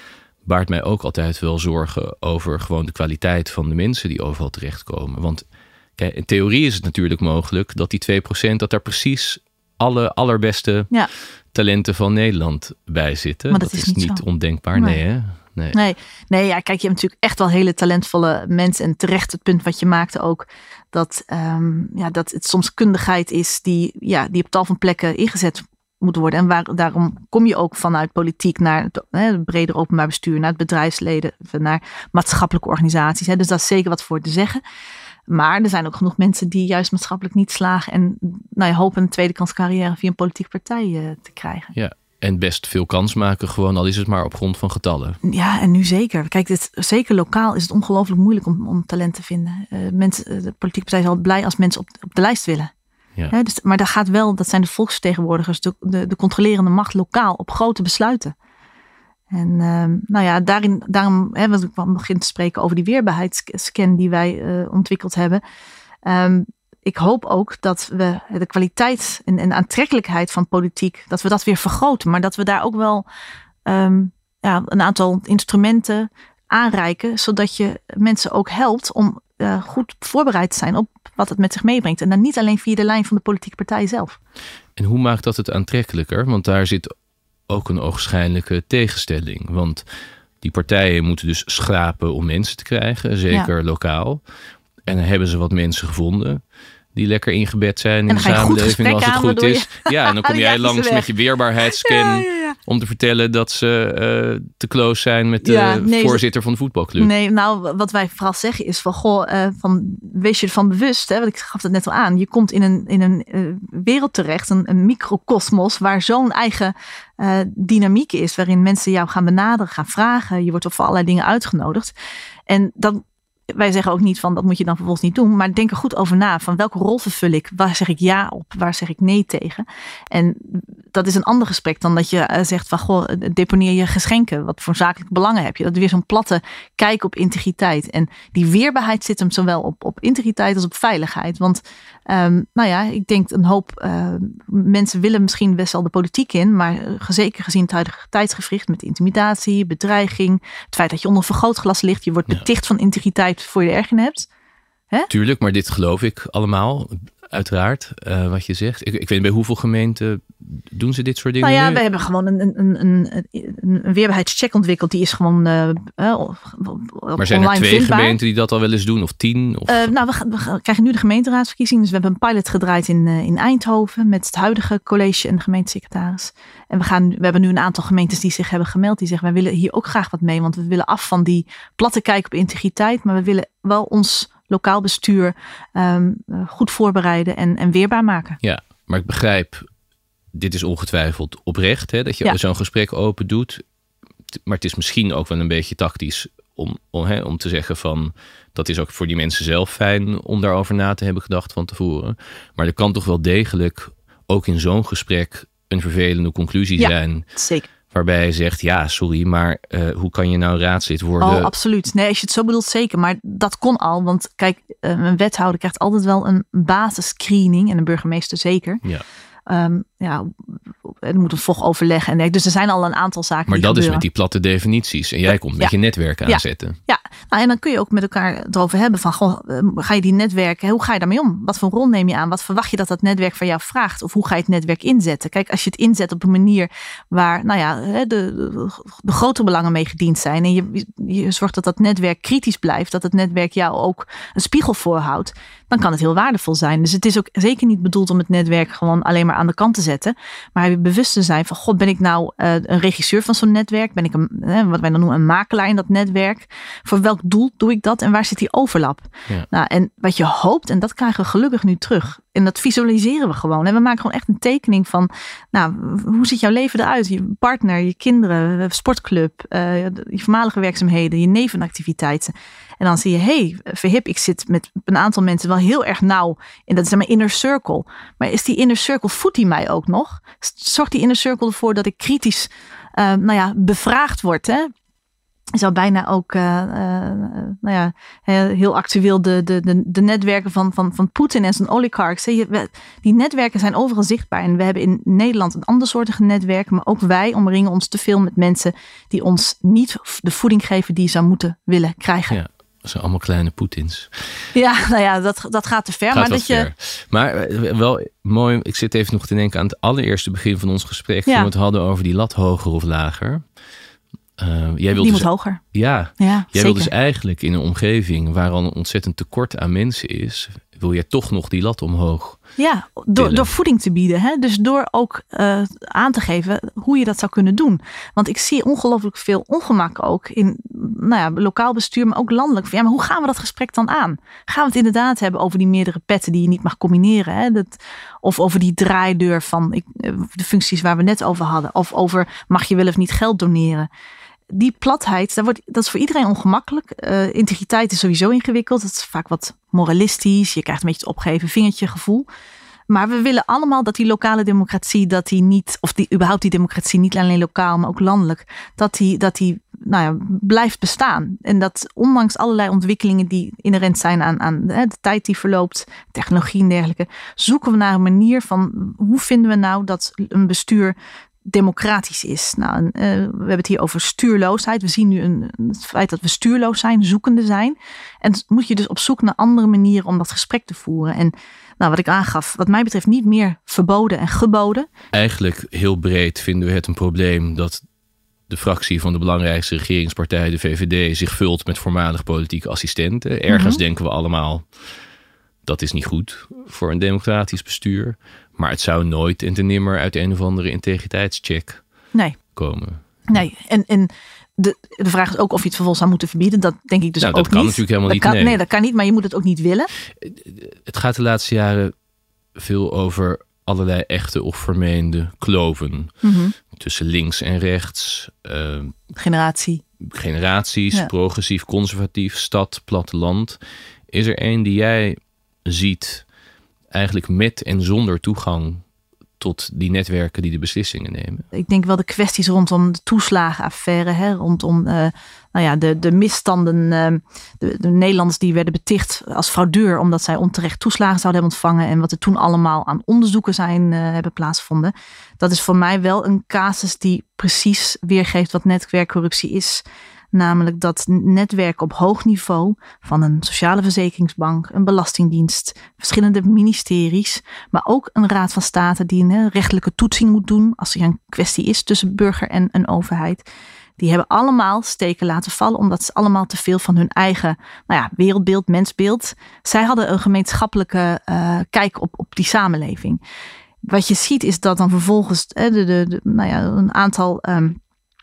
baart mij ook altijd wel zorgen over gewoon de kwaliteit van de mensen die overal terechtkomen. Want kijk, in theorie is het natuurlijk mogelijk dat die twee procent, dat daar precies alle allerbeste ja. talenten van Nederland bij zitten. Maar dat, dat is is niet, niet zo. ondenkbaar, nee, nee hè? Nee. Nee, nee ja, kijk, je hebt natuurlijk echt wel hele talentvolle mensen. En terecht het punt wat je maakte ook, dat, um, ja, dat het soms kundigheid is die, ja, die op tal van plekken ingezet moet worden. En waar, daarom kom je ook vanuit politiek naar het hè, breder openbaar bestuur, naar het bedrijfsleden, naar maatschappelijke organisaties. Hè. Dus dat is zeker wat voor te zeggen. Maar er zijn ook genoeg mensen die juist maatschappelijk niet slagen en nou ja, hopen een tweede kans carrière via een politieke partij uh, te krijgen. Ja. En best veel kans maken, gewoon al is het maar op grond van getallen. Ja, en nu zeker. Kijk, dit, zeker lokaal is het ongelooflijk moeilijk om, om talent te vinden. Uh, mensen, de politieke partij is al blij als mensen op, op de lijst willen. Ja. He, dus, maar dat gaat wel, dat zijn de volksvertegenwoordigers, de, de, de controlerende macht lokaal op grote besluiten. En uh, nou ja, daarin, daarom hè, was ik wel begin te spreken over die weerbaarheidsscan die wij uh, ontwikkeld hebben. Um, Ik hoop ook dat we de kwaliteit en, en aantrekkelijkheid van politiek, dat we dat weer vergroten. Maar dat we daar ook wel um, ja, een aantal instrumenten aanreiken, zodat je mensen ook helpt om uh, goed voorbereid te zijn op wat het met zich meebrengt. En dan niet alleen via de lijn van de politieke partij zelf. En hoe maakt dat het aantrekkelijker? Want daar zit ook een ogenschijnlijke tegenstelling. Want die partijen moeten dus schrapen om mensen te krijgen, zeker ja. lokaal. En dan hebben ze wat mensen gevonden die lekker ingebed zijn in de samenleving als het aan, goed is. Je? Ja, en dan kom jij ja, langs met je weerbaarheidsscan ja, ja, ja. om te vertellen dat ze uh, te close zijn met de ja, nee, voorzitter van de voetbalclub. Nee, nou wat wij vooral zeggen is van, goh, uh, van wees je ervan bewust, hè, want ik gaf het net al aan, je komt in een, in een uh, wereld terecht, een, een microcosmos waar zo'n eigen uh, dynamiek is, waarin mensen jou gaan benaderen, gaan vragen, je wordt op voor allerlei dingen uitgenodigd. En dan wij zeggen ook niet van dat moet je dan vervolgens niet doen. Maar denk er goed over na. Van welke rol vervul ik? Waar zeg ik ja op? Waar zeg ik nee tegen? En dat is een ander gesprek dan dat je zegt van goh, deponeer je geschenken. Wat voor zakelijke belangen heb je? Dat is weer zo'n platte kijk op integriteit. En die weerbaarheid zit hem zowel op, op integriteit als op veiligheid. Want um, nou ja, ik denk een hoop uh, mensen willen misschien best wel de politiek in. Maar uh, zeker gezien het huidige tijdsgevricht met intimidatie, bedreiging. Het feit dat je onder een vergrootglas ligt. Je wordt beticht ja. van integriteit voor je er erg in hebt. Hè? Tuurlijk, maar dit geloof ik allemaal. Uiteraard, uh, wat je zegt. Ik, ik weet bij hoeveel gemeenten doen ze dit soort dingen Nou ja, nu? we hebben gewoon een, een, een, een, een weerbaarheidscheck ontwikkeld. Die is gewoon uh, uh, Maar zijn er twee vindbaar. gemeenten die dat al wel eens doen? Of tien? Of... Uh, nou, we, we krijgen nu de gemeenteraadsverkiezingen. Dus we hebben een pilot gedraaid in, uh, in Eindhoven met het huidige college en de gemeentesecretaris. En we, gaan, we hebben nu een aantal gemeentes die zich hebben gemeld. Die zeggen, wij willen hier ook graag wat mee. Want we willen af van die platte kijk op integriteit. Maar we willen wel ons lokaal bestuur um, goed voorbereiden en, en weerbaar maken. Ja, maar ik begrijp, dit is ongetwijfeld oprecht, hè, dat je ja. zo'n gesprek open doet. Maar het is misschien ook wel een beetje tactisch om, om, hè, om te zeggen van, dat is ook voor die mensen zelf fijn om daarover na te hebben gedacht van tevoren. Maar er kan toch wel degelijk ook in zo'n gesprek een vervelende conclusie ja, zijn. Zeker. Waarbij je zegt, ja, sorry, maar uh, hoe kan je nou raadslid worden? Oh, absoluut. Nee, als je het zo bedoelt, zeker. Maar dat kon al. Want kijk, een wethouder krijgt altijd wel een basisscreening. En een burgemeester zeker. Ja. Um, ja, er moet een vochoverleg. En dus er zijn al een aantal zaken maar die dat gebeuren. is met die platte definities. En jij ja. komt met ja. je netwerk aanzetten. Ja, ja. Nou, en dan kun je ook met elkaar erover hebben van, goh, ga je die netwerken, hoe ga je daarmee om? Wat voor rol neem je aan? Wat verwacht je dat dat netwerk van jou vraagt? Of hoe ga je het netwerk inzetten? Kijk, als je het inzet op een manier waar, nou ja, de, de, de grote belangen mee gediend zijn. En je, je zorgt dat dat netwerk kritisch blijft. Dat het netwerk jou ook een spiegel voorhoudt. Dan kan het heel waardevol zijn. Dus het is ook zeker niet bedoeld om het netwerk gewoon alleen maar aan de kant te zetten. Maar je bewust te zijn van, god, ben ik nou uh, een regisseur van zo'n netwerk? Ben ik een, eh, wat wij dan noemen, een makelaar in dat netwerk? Voor welk doel doe ik dat? En waar zit die overlap? Ja. Nou, en wat je hoopt, en dat krijgen we gelukkig nu terug. En dat visualiseren we gewoon. En we maken gewoon echt een tekening van, nou, hoe ziet jouw leven eruit? Je partner, je kinderen, sportclub, uh, je voormalige werkzaamheden, je nevenactiviteiten. En dan zie je, hé, hey, verhip, ik zit met een aantal mensen wel heel erg nauw in dat is mijn inner circle. Maar is die inner circle, voedt die mij ook nog? Zorgt die inner circle ervoor dat ik kritisch, uh, nou ja, bevraagd word, hè? Je zou bijna ook, uh, uh, nou ja, heel actueel de, de, de, de netwerken van, van, van Poetin en zijn oligarchs. Die netwerken zijn overal zichtbaar. En we hebben in Nederland een andersoortige netwerken. Maar ook wij omringen ons te veel met mensen die ons niet de voeding geven die je zou moeten willen krijgen. Ja. Dat zijn allemaal kleine Poetins. Ja, nou ja, dat, dat gaat te ver. Gaat maar dat ver. je. Maar wel mooi, ik zit even nog te denken aan het allereerste begin van ons gesprek. Ja. Toen we het hadden over die lat hoger of lager. Uh, jij die dus, moet hoger. Ja, ja jij zeker. wil dus eigenlijk in een omgeving waar al een ontzettend tekort aan mensen is, wil jij toch nog die lat omhoog. Ja, door, door voeding te bieden. Hè? Dus door ook uh, aan te geven hoe je dat zou kunnen doen. Want ik zie ongelooflijk veel ongemak ook in nou ja, lokaal bestuur, maar ook landelijk. Ja, maar hoe gaan we dat gesprek dan aan? Gaan we het inderdaad hebben over die meerdere petten die je niet mag combineren? Hè? Dat, of over die draaideur van ik, de functies waar we net over hadden. Of over mag je wel of niet geld doneren? Die platheid, dat, wordt, dat is voor iedereen ongemakkelijk. Uh, integriteit is sowieso ingewikkeld. Het is vaak wat moralistisch. Je krijgt een beetje het opgeven vingertje gevoel. Maar we willen allemaal dat die lokale democratie, dat die niet, of die überhaupt die democratie, niet alleen lokaal, maar ook landelijk, dat die, dat die nou ja, blijft bestaan. En dat ondanks allerlei ontwikkelingen die inherent zijn aan, aan hè, de tijd die verloopt, technologie en dergelijke, zoeken we naar een manier van hoe vinden we nou dat een bestuur democratisch is. Nou, uh, we hebben het hier over stuurloosheid. We zien nu een, het feit dat we stuurloos zijn, zoekende zijn. En moet je dus op zoek naar andere manieren om dat gesprek te voeren. En nou, wat ik aangaf, wat mij betreft niet meer verboden en geboden. Eigenlijk heel breed vinden we het een probleem dat de fractie van de belangrijkste regeringspartij, de V V D, zich vult met voormalig politieke assistenten. Ergens mm-hmm. denken we allemaal, dat is niet goed voor een democratisch bestuur. Maar het zou nooit en ten nimmer uit een of andere integriteitscheck nee. komen. Nee, en, en de, de vraag is ook of je het vervolgens zou moeten verbieden. Dat denk ik dus nou, ook dat kan niet. natuurlijk helemaal dat niet. Kan, nee. nee, dat kan niet, maar je moet het ook niet willen. Het gaat de laatste jaren veel over allerlei echte of vermeende kloven. Mm-hmm. Tussen links en rechts. Uh, Generatie. Generaties, ja. Progressief, conservatief, stad, platteland. Is er één die jij ziet eigenlijk met en zonder toegang tot die netwerken die de beslissingen nemen? Ik denk wel de kwesties rondom de toeslagenaffaire, hè, rondom uh, nou ja, de, de misstanden, uh, de, de Nederlanders die werden beticht als fraudeur omdat zij onterecht toeslagen zouden hebben ontvangen en wat er toen allemaal aan onderzoeken zijn uh, hebben plaatsgevonden. Dat is voor mij wel een casus die precies weergeeft wat netwerkcorruptie is. Namelijk dat netwerk op hoog niveau van een sociale verzekeringsbank, een belastingdienst, verschillende ministeries, maar ook een raad van state die een rechtelijke toetsing moet doen als er een kwestie is tussen burger en een overheid. Die hebben allemaal steken laten vallen omdat ze allemaal te veel van hun eigen nou ja, wereldbeeld, mensbeeld. Zij hadden een gemeenschappelijke uh, kijk op, op die samenleving. Wat je ziet is dat dan vervolgens uh, de, de, de, nou ja, een aantal Um,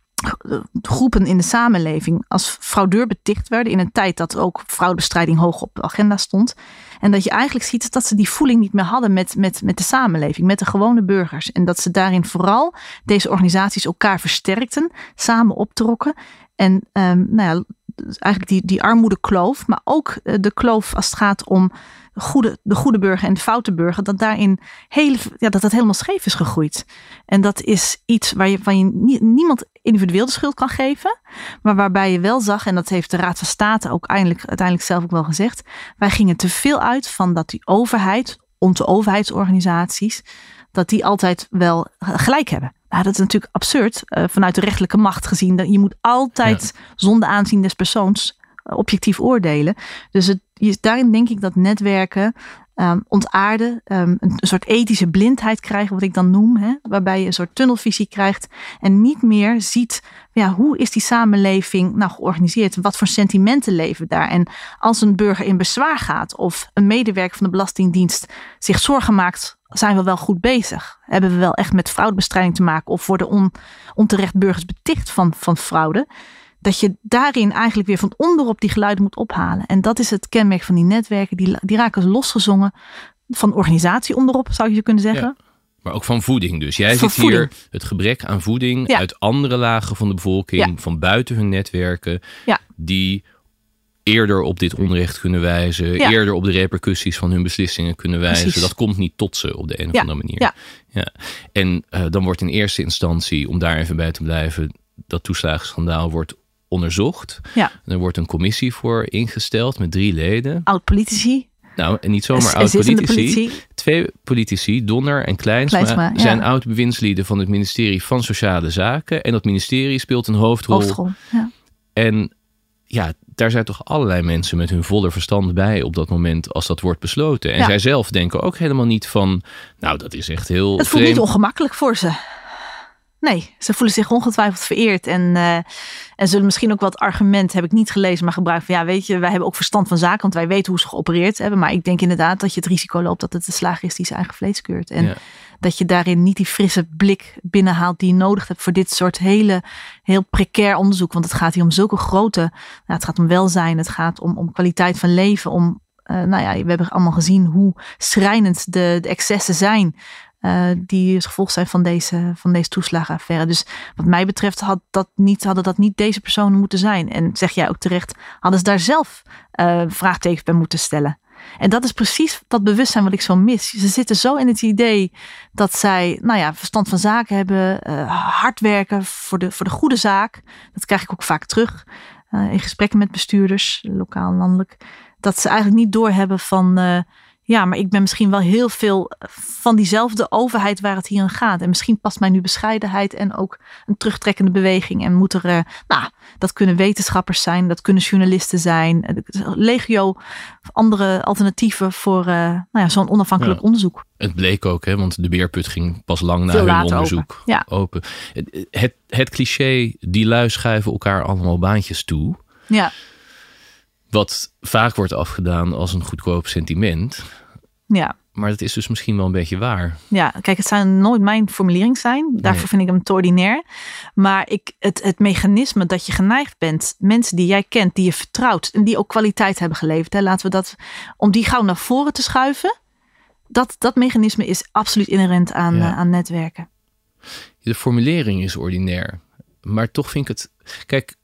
groepen in de samenleving als fraudeur beticht werden in een tijd dat ook fraudebestrijding hoog op de agenda stond. En dat je eigenlijk ziet dat ze die voeling niet meer hadden met, met, met de samenleving, met de gewone burgers. En dat ze daarin vooral deze organisaties elkaar versterkten, samen optrokken. En um, nou ja, eigenlijk die, die armoedekloof, maar ook de kloof als het gaat om Goede, de goede burger en de foute burger, dat daarin hele, ja, dat dat helemaal scheef is gegroeid. En dat is iets waar je, waar je nie, niemand individueel de schuld kan geven, maar waarbij je wel zag, en dat heeft de Raad van State ook eindelijk, uiteindelijk zelf ook wel gezegd, wij gingen te veel uit van dat die overheid, onze overheidsorganisaties, dat die altijd wel gelijk hebben. Nou, dat is natuurlijk absurd, uh, vanuit de rechterlijke macht gezien. Dat je moet altijd ja. zonder aanzien des persoons objectief oordelen. Dus het, daarin denk ik dat netwerken um, ontaarden, um, een, een soort ethische blindheid krijgen, wat ik dan noem, hè, waarbij je een soort tunnelvisie krijgt en niet meer ziet, ja, hoe is die samenleving nou georganiseerd? Wat voor sentimenten leven daar? En als een burger in bezwaar gaat of een medewerker van de Belastingdienst zich zorgen maakt, zijn we wel goed bezig? Hebben we wel echt met fraudebestrijding te maken of worden on, onterecht burgers beticht van, van fraude? Dat je daarin eigenlijk weer van onderop die geluiden moet ophalen. En dat is het kenmerk van die netwerken. Die, die raken losgezongen van organisatie onderop, zou je kunnen zeggen. Ja, maar ook van voeding dus. Jij van ziet voeding. hier het gebrek aan voeding ja. uit andere lagen van de bevolking. Ja. Van buiten hun netwerken. Ja. Die eerder op dit onrecht kunnen wijzen. Ja. Eerder op de repercussies van hun beslissingen kunnen wijzen. Precies. Dat komt niet tot ze op de een of ja. andere manier. Ja. Ja. En uh, dan wordt in eerste instantie, om daar even bij te blijven, dat toeslagenschandaal wordt onderzocht. Ja. Er wordt een commissie voor ingesteld met drie leden. Oud-politici. Nou, en niet zomaar Er oud-politici. Twee politici, Donner en Kleinsma, Kleinsma, ja. zijn oud-bewindslieden van het ministerie van Sociale Zaken. En dat ministerie speelt een hoofdrol. Hoofdrol, ja. En ja, daar zijn toch allerlei mensen met hun volle verstand bij op dat moment als dat wordt besloten. En Ja. zij zelf denken ook helemaal niet van, nou, dat is echt heel Het voelt vreemd. niet ongemakkelijk voor ze. Nee, ze voelen zich ongetwijfeld vereerd. En, uh, en zullen misschien ook wat argument, heb ik niet gelezen, maar gebruikt van ja, weet je, wij hebben ook verstand van zaken, want wij weten hoe ze geopereerd hebben. Maar ik denk inderdaad dat je het risico loopt dat het de slager is die zijn eigen vlees keurt. En Ja. dat je daarin niet die frisse blik binnenhaalt die je nodig hebt voor dit soort hele, heel precair onderzoek. Want het gaat hier om zulke grote, nou, het gaat om welzijn, het gaat om, om kwaliteit van leven, om, uh, nou ja, we hebben allemaal gezien hoe schrijnend de, de excessen zijn. Uh, die het gevolg zijn van deze, van deze toeslagenaffaire. Dus wat mij betreft had dat niet, hadden dat niet deze personen moeten zijn. En zeg jij ook terecht, hadden ze daar zelf uh, vraagtekens bij moeten stellen. En dat is precies dat bewustzijn wat ik zo mis. Ze zitten zo in het idee dat zij, nou ja, verstand van zaken hebben, uh, hard werken voor de, voor de goede zaak. Dat krijg ik ook vaak terug uh, in gesprekken met bestuurders, lokaal en landelijk. Dat ze eigenlijk niet doorhebben van, uh, ja, maar ik ben misschien wel heel veel van diezelfde overheid waar het hier aan gaat. En misschien past mij nu bescheidenheid en ook een terugtrekkende beweging. En moet er, uh, nou, dat kunnen wetenschappers zijn, dat kunnen journalisten zijn. Legio andere alternatieven voor uh, nou ja, zo'n onafhankelijk Ja. onderzoek. Het bleek ook, hè, want de beerput ging pas lang na Veel hun later onderzoek open. Ja. open. Het, het, het cliché, die lui schuiven elkaar allemaal baantjes toe. Ja, Wat vaak wordt afgedaan als een goedkoop sentiment. ja. Maar dat is dus misschien wel een beetje waar. Ja, kijk, het zou nooit mijn formulering zijn. Daarvoor Nee. vind ik hem te ordinair. Maar ik, het, het mechanisme dat je geneigd bent, mensen die jij kent, die je vertrouwt en die ook kwaliteit hebben geleverd, hè, laten we dat, om die gauw naar voren te schuiven, dat, dat mechanisme is absoluut inherent aan, Ja. uh, aan netwerken. De formulering is ordinair. Maar toch vind ik het... Kijk,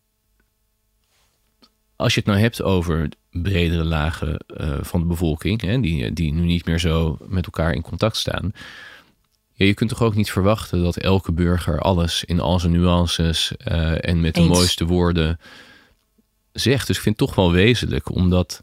als je het nou hebt over bredere lagen uh, van de bevolking, hè, die, die nu niet meer zo met elkaar in contact staan. Ja, je kunt toch ook niet verwachten dat elke burger alles in al zijn nuances uh, en met de Eens. mooiste woorden zegt. Dus ik vind het toch wel wezenlijk, omdat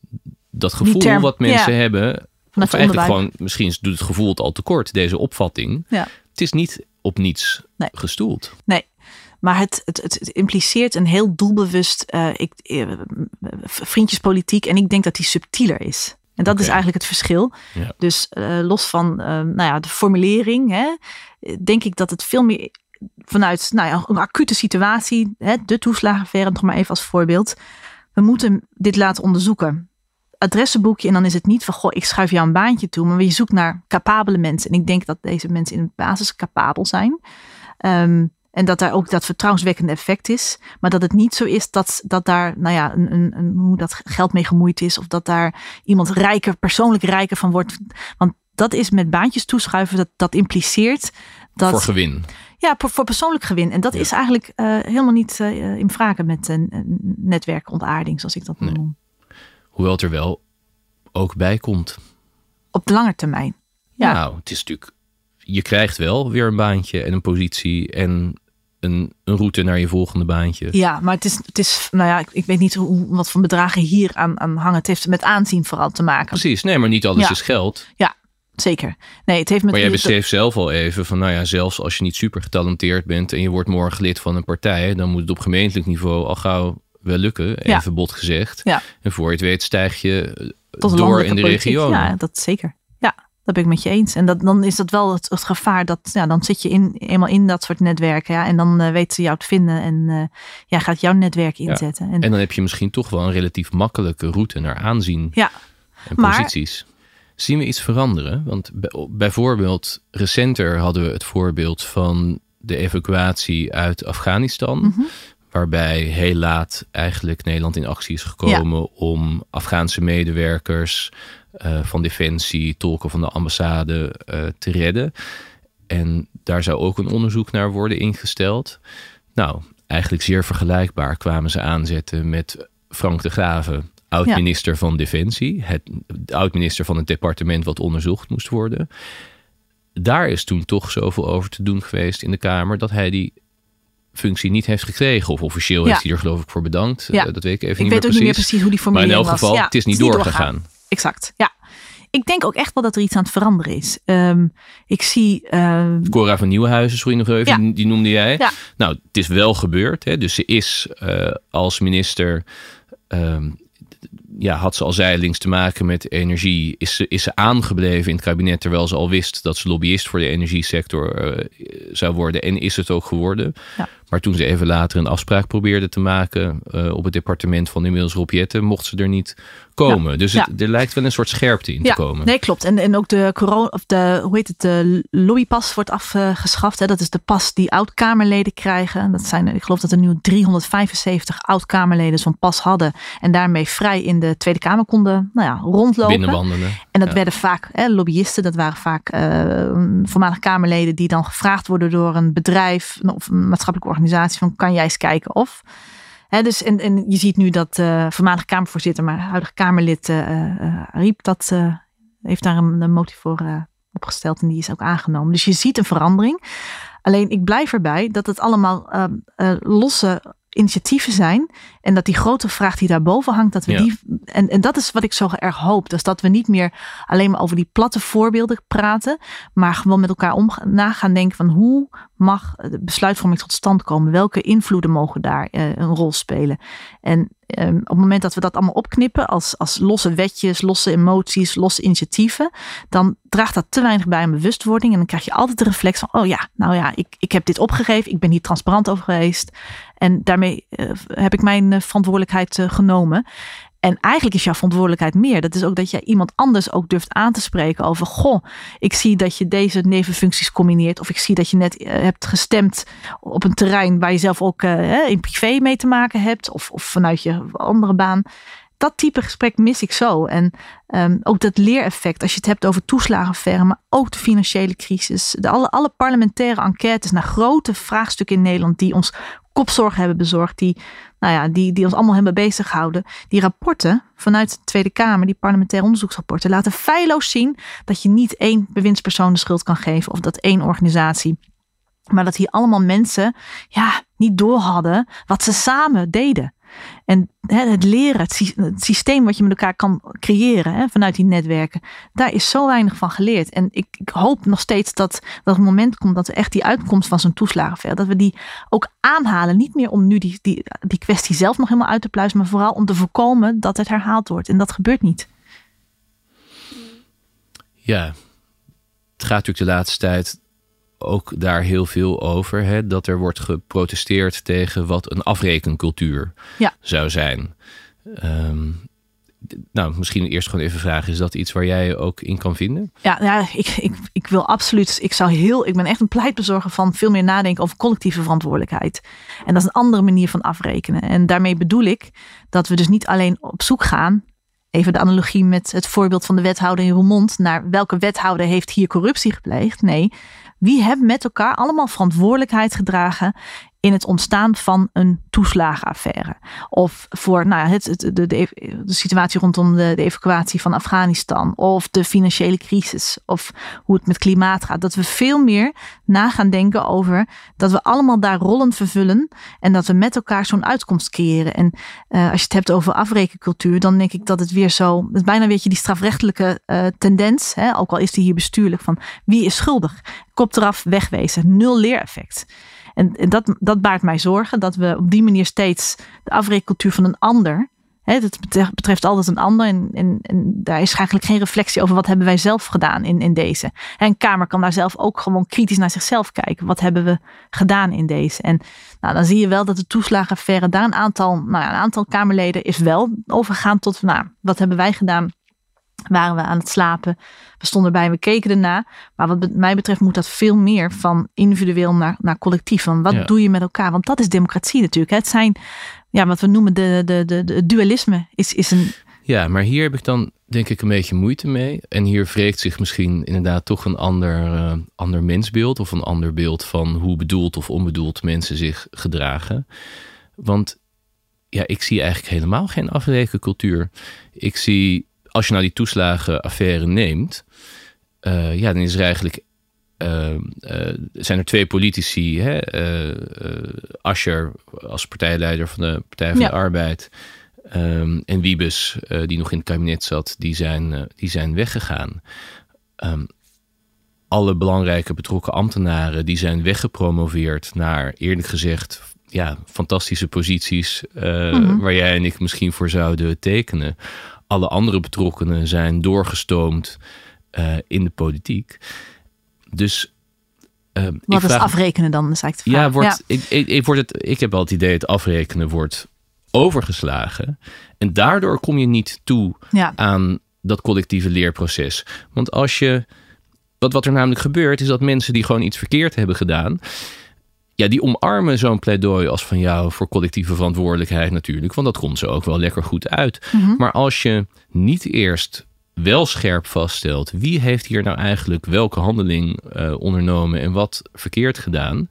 dat gevoel term, wat mensen ja. hebben, Vanuit of de eigenlijk onderbuik. gewoon, misschien doet het gevoel het al tekort, deze opvatting. Ja. Het is niet op niets Nee. gestoeld. Nee, maar het, het, het, het impliceert een heel doelbewust uh, ik, uh, vriendjespolitiek. En ik denk dat die subtieler is. En dat Oké. is eigenlijk het verschil. Ja. Dus uh, los van uh, nou ja, de formulering, hè, denk ik dat het veel meer vanuit nou ja, een acute situatie, hè, de toeslagenaffaire, nog maar even als voorbeeld. We moeten dit laten onderzoeken. Adressenboekje en dan is het niet van, goh, ik schuif jou een baantje toe, maar je zoekt naar capabele mensen. En ik denk dat deze mensen in de basis capabel zijn. Um, en dat daar ook dat vertrouwenswekkende effect is. Maar dat het niet zo is dat, dat daar nou ja, een, een, een, hoe dat geld mee gemoeid is. Of dat daar iemand rijker, persoonlijk rijker van wordt. Want dat is met baantjes toeschuiven, dat, dat impliceert dat... Voor gewin. Ja, voor, voor persoonlijk gewin. En dat Ja. is eigenlijk uh, helemaal niet uh, in vragen met een, een netwerkontaarding, zoals ik dat Nee. noem. Hoewel het er wel ook bij komt. Op de lange termijn. Ja. Nou, het is natuurlijk... Je krijgt wel weer een baantje en een positie en een, een route naar je volgende baantje. Ja, maar het is, het is nou ja, ik, ik weet niet hoe, wat voor bedragen hier aan, aan hangen. Het heeft met aanzien vooral te maken. Precies, nee, maar niet alles Ja. is geld. Ja, zeker. Nee, het heeft met Maar jij het- beschreef zelf al even van, nou ja, zelfs als je niet super getalenteerd bent en je wordt morgen lid van een partij, dan moet het op gemeentelijk niveau al gauw wel lukken, Ja. even bot gezegd. Ja. En voor je het weet stijg je tot een door landelijke in de politiek. regio. Ja, dat zeker. Ja, dat ben ik met je eens. En dat, dan is dat wel het, het gevaar dat, ja, dan zit je in, eenmaal in dat soort netwerken. Ja, en dan uh, weten ze jou te vinden en uh, jij gaat jouw netwerk inzetten. En, En dan heb je misschien toch wel een relatief makkelijke route naar aanzien ja, en maar- posities. Zien we iets veranderen? Want bij- bijvoorbeeld recenter hadden we het voorbeeld van de evacuatie uit Afghanistan. Mhm. Waarbij heel laat eigenlijk Nederland in actie is gekomen om Afghaanse medewerkers uh, van Defensie, tolken van de ambassade uh, te redden. En daar zou ook een onderzoek naar worden ingesteld. Nou, eigenlijk zeer vergelijkbaar kwamen ze aanzetten met Frank de Grave, oud-minister van Defensie. Het oud-minister van het departement wat onderzocht moest worden. Daar is toen toch zoveel over te doen geweest in de Kamer dat hij die functie niet heeft gekregen. Of officieel Ja. heeft hij er geloof ik voor bedankt. Ja. Uh, dat weet ik even Ik niet weet meer ook niet meer precies. precies hoe die Maar in formulering elk was. geval, Ja, het is niet doorgegaan. Exact, ja. Ik denk ook echt wel dat er iets aan het veranderen is. Um, ik zie... Uh, Cora van Nieuwenhuizen, sorry nog even, Ja. die, die noemde jij. Ja. Nou, het is wel gebeurd. Hè? Dus ze is uh, als minister... Um, ja, had ze al zijdelings te maken met energie. Is ze, is ze aangebleven in het kabinet... terwijl ze al wist dat ze lobbyist voor de energiesector uh, zou worden. En is het ook geworden. Ja. Maar toen ze even later een afspraak probeerde te maken... Uh, op het departement van inmiddels Rob Jetten... mocht ze er niet komen. Ja. Dus het, ja. er lijkt wel een soort scherpte in ja. te komen. Nee, klopt. En, en ook de, corona, of de, hoe heet het, de lobbypas wordt afgeschaft. Hè? Dat is de pas die oud-Kamerleden krijgen. Dat zijn, ik geloof dat er nu driehonderdvijfenzeventig oud-Kamerleden zo'n pas hadden. En daarmee vrij in de Tweede Kamer konden nou ja, rondlopen. Binnenwandelen. En dat ja. werden vaak hè, lobbyisten. Dat waren vaak uh, voormalig Kamerleden die dan gevraagd worden door een bedrijf of een maatschappelijke organisatie van kan jij eens kijken of. He, dus en, en je ziet nu dat uh, voormalig Kamervoorzitter, maar huidige Kamerlid uh, uh, Ariep, dat uh, heeft daar een, een motie voor uh, opgesteld en die is ook aangenomen. Dus je ziet een verandering. Alleen ik blijf erbij dat het allemaal uh, uh, losse initiatieven zijn en dat die grote vraag die daarboven hangt, dat we ja. die en, en dat is wat ik zo erg hoop, dus dat we niet meer alleen maar over die platte voorbeelden praten, maar gewoon met elkaar om na gaan denken van hoe mag de besluitvorming tot stand komen, welke invloeden mogen daar uh, een rol spelen. En um, op het moment dat we dat allemaal opknippen als, als losse wetjes, losse emoties, losse initiatieven, dan draagt dat te weinig bij aan bewustwording en dan krijg je altijd de reflex van, oh ja, nou ja, ik, ik heb dit opgegeven, ik ben hier transparant over geweest en daarmee uh, heb ik mijn uh, verantwoordelijkheid uh, genomen. En eigenlijk is jouw verantwoordelijkheid meer. Dat is ook dat jij iemand anders ook durft aan te spreken over, goh, ik zie dat je deze nevenfuncties combineert. Of ik zie dat je net uh, hebt gestemd op een terrein waar je zelf ook uh, in privé mee te maken hebt. Of, of vanuit je andere baan. Dat type gesprek mis ik zo. En um, ook dat leereffect, als je het hebt over toeslagenaffaire, maar ook de financiële crisis. De alle, alle parlementaire enquêtes naar grote vraagstukken in Nederland die ons kopzorgen hebben bezorgd, die, nou ja, die, die ons allemaal hebben bezig gehouden. Die rapporten vanuit de Tweede Kamer, die parlementaire onderzoeksrapporten, laten feilloos zien dat je niet één bewindspersoon de schuld kan geven of dat één organisatie. Maar dat hier allemaal mensen ja, niet door hadden wat ze samen deden. En hè, het leren, het, het systeem wat je met elkaar kan creëren hè, vanuit die netwerken, daar is zo weinig van geleerd. En ik, ik hoop nog steeds dat dat het moment komt dat we echt die uitkomst van zo'n toeslagenaffaire, dat we die ook aanhalen. Niet meer om nu die, die, die kwestie zelf nog helemaal uit te pluizen, maar vooral om te voorkomen dat het herhaald wordt. En dat gebeurt niet. Ja, het gaat natuurlijk de laatste tijd ook daar heel veel over. Hè, dat er wordt geprotesteerd tegen wat een afrekencultuur ja. zou zijn. Um, nou, misschien eerst gewoon even vragen. Is dat iets waar jij je ook in kan vinden? Ja, ja ik, ik, ik wil absoluut. Ik, zou heel, ik ben echt een pleitbezorger van veel meer nadenken over collectieve verantwoordelijkheid. En dat is een andere manier van afrekenen. En daarmee bedoel ik dat we dus niet alleen op zoek gaan. Even de analogie met het voorbeeld van de wethouder in Roermond. Naar welke wethouder heeft hier corruptie gepleegd? Nee, wie hebben met elkaar allemaal verantwoordelijkheid gedragen in het ontstaan van een toeslagenaffaire? Of voor nou ja, het, het, de, de, de situatie rondom de, de evacuatie van Afghanistan. Of de financiële crisis. Of hoe het met klimaat gaat. Dat we veel meer na gaan denken over dat we allemaal daar rollen vervullen. En dat we met elkaar zo'n uitkomst creëren. En uh, als je het hebt over afrekencultuur, dan denk ik dat het weer zo. Het is bijna een beetje die strafrechtelijke uh, tendens. Hè, ook al is die hier bestuurlijk van wie is schuldig? Kop eraf, wegwezen. Nul leereffect. En, en dat, dat baart mij zorgen. Dat we op die manier steeds de afrekencultuur van een ander. Hè, dat betreft, betreft altijd een ander. En, en, en daar is eigenlijk geen reflectie over wat hebben wij zelf gedaan in, in deze. En een Kamer kan daar zelf ook gewoon kritisch naar zichzelf kijken. Wat hebben we gedaan in deze? En nou, dan zie je wel dat de toeslagenaffaire daar een aantal, nou ja, een aantal Kamerleden is wel overgegaan tot nou, wat hebben wij gedaan? Waren we aan het slapen? We stonden erbij, we keken erna. Maar wat mij betreft moet dat veel meer van individueel naar, naar collectief. Van wat ja. doe je met elkaar? Want dat is democratie natuurlijk. Het zijn, ja, wat we noemen de, de, de, de dualisme is, is een... Ja, maar hier heb ik dan denk ik een beetje moeite mee. En hier wreekt zich misschien inderdaad toch een ander, uh, ander mensbeeld. Of een ander beeld van hoe bedoeld of onbedoeld mensen zich gedragen. Want ja, ik zie eigenlijk helemaal geen afrekencultuur. Ik zie... Als je nou die toeslagenaffaire neemt, uh, ja, dan is er eigenlijk uh, uh, zijn er twee politici. Hè? Uh, uh, Asscher als partijleider van de Partij van ja. de Arbeid. Um, en Wiebes, uh, die nog in het kabinet zat, die zijn, uh, die zijn weggegaan. Um, alle belangrijke betrokken ambtenaren die zijn weggepromoveerd naar, eerlijk gezegd, ja, fantastische posities uh, mm-hmm. waar jij en ik misschien voor zouden tekenen. Alle andere betrokkenen zijn doorgestoomd uh, in de politiek. Dus uh, wat ik is afrekenen dan? Is eigenlijk de vraag. Ja, wordt, ja. Ik, ik, ik, wordt het, ik heb wel het idee dat afrekenen wordt overgeslagen. En daardoor kom je niet toe ja. aan dat collectieve leerproces. Want als je... Wat, wat er namelijk gebeurt, is dat mensen die gewoon iets verkeerd hebben gedaan, ja, die omarmen zo'n pleidooi als van jou voor collectieve verantwoordelijkheid natuurlijk. Want dat komt ze ook wel lekker goed uit. Mm-hmm. Maar als je niet eerst wel scherp vaststelt, wie heeft hier nou eigenlijk welke handeling uh, ondernomen en wat verkeerd gedaan.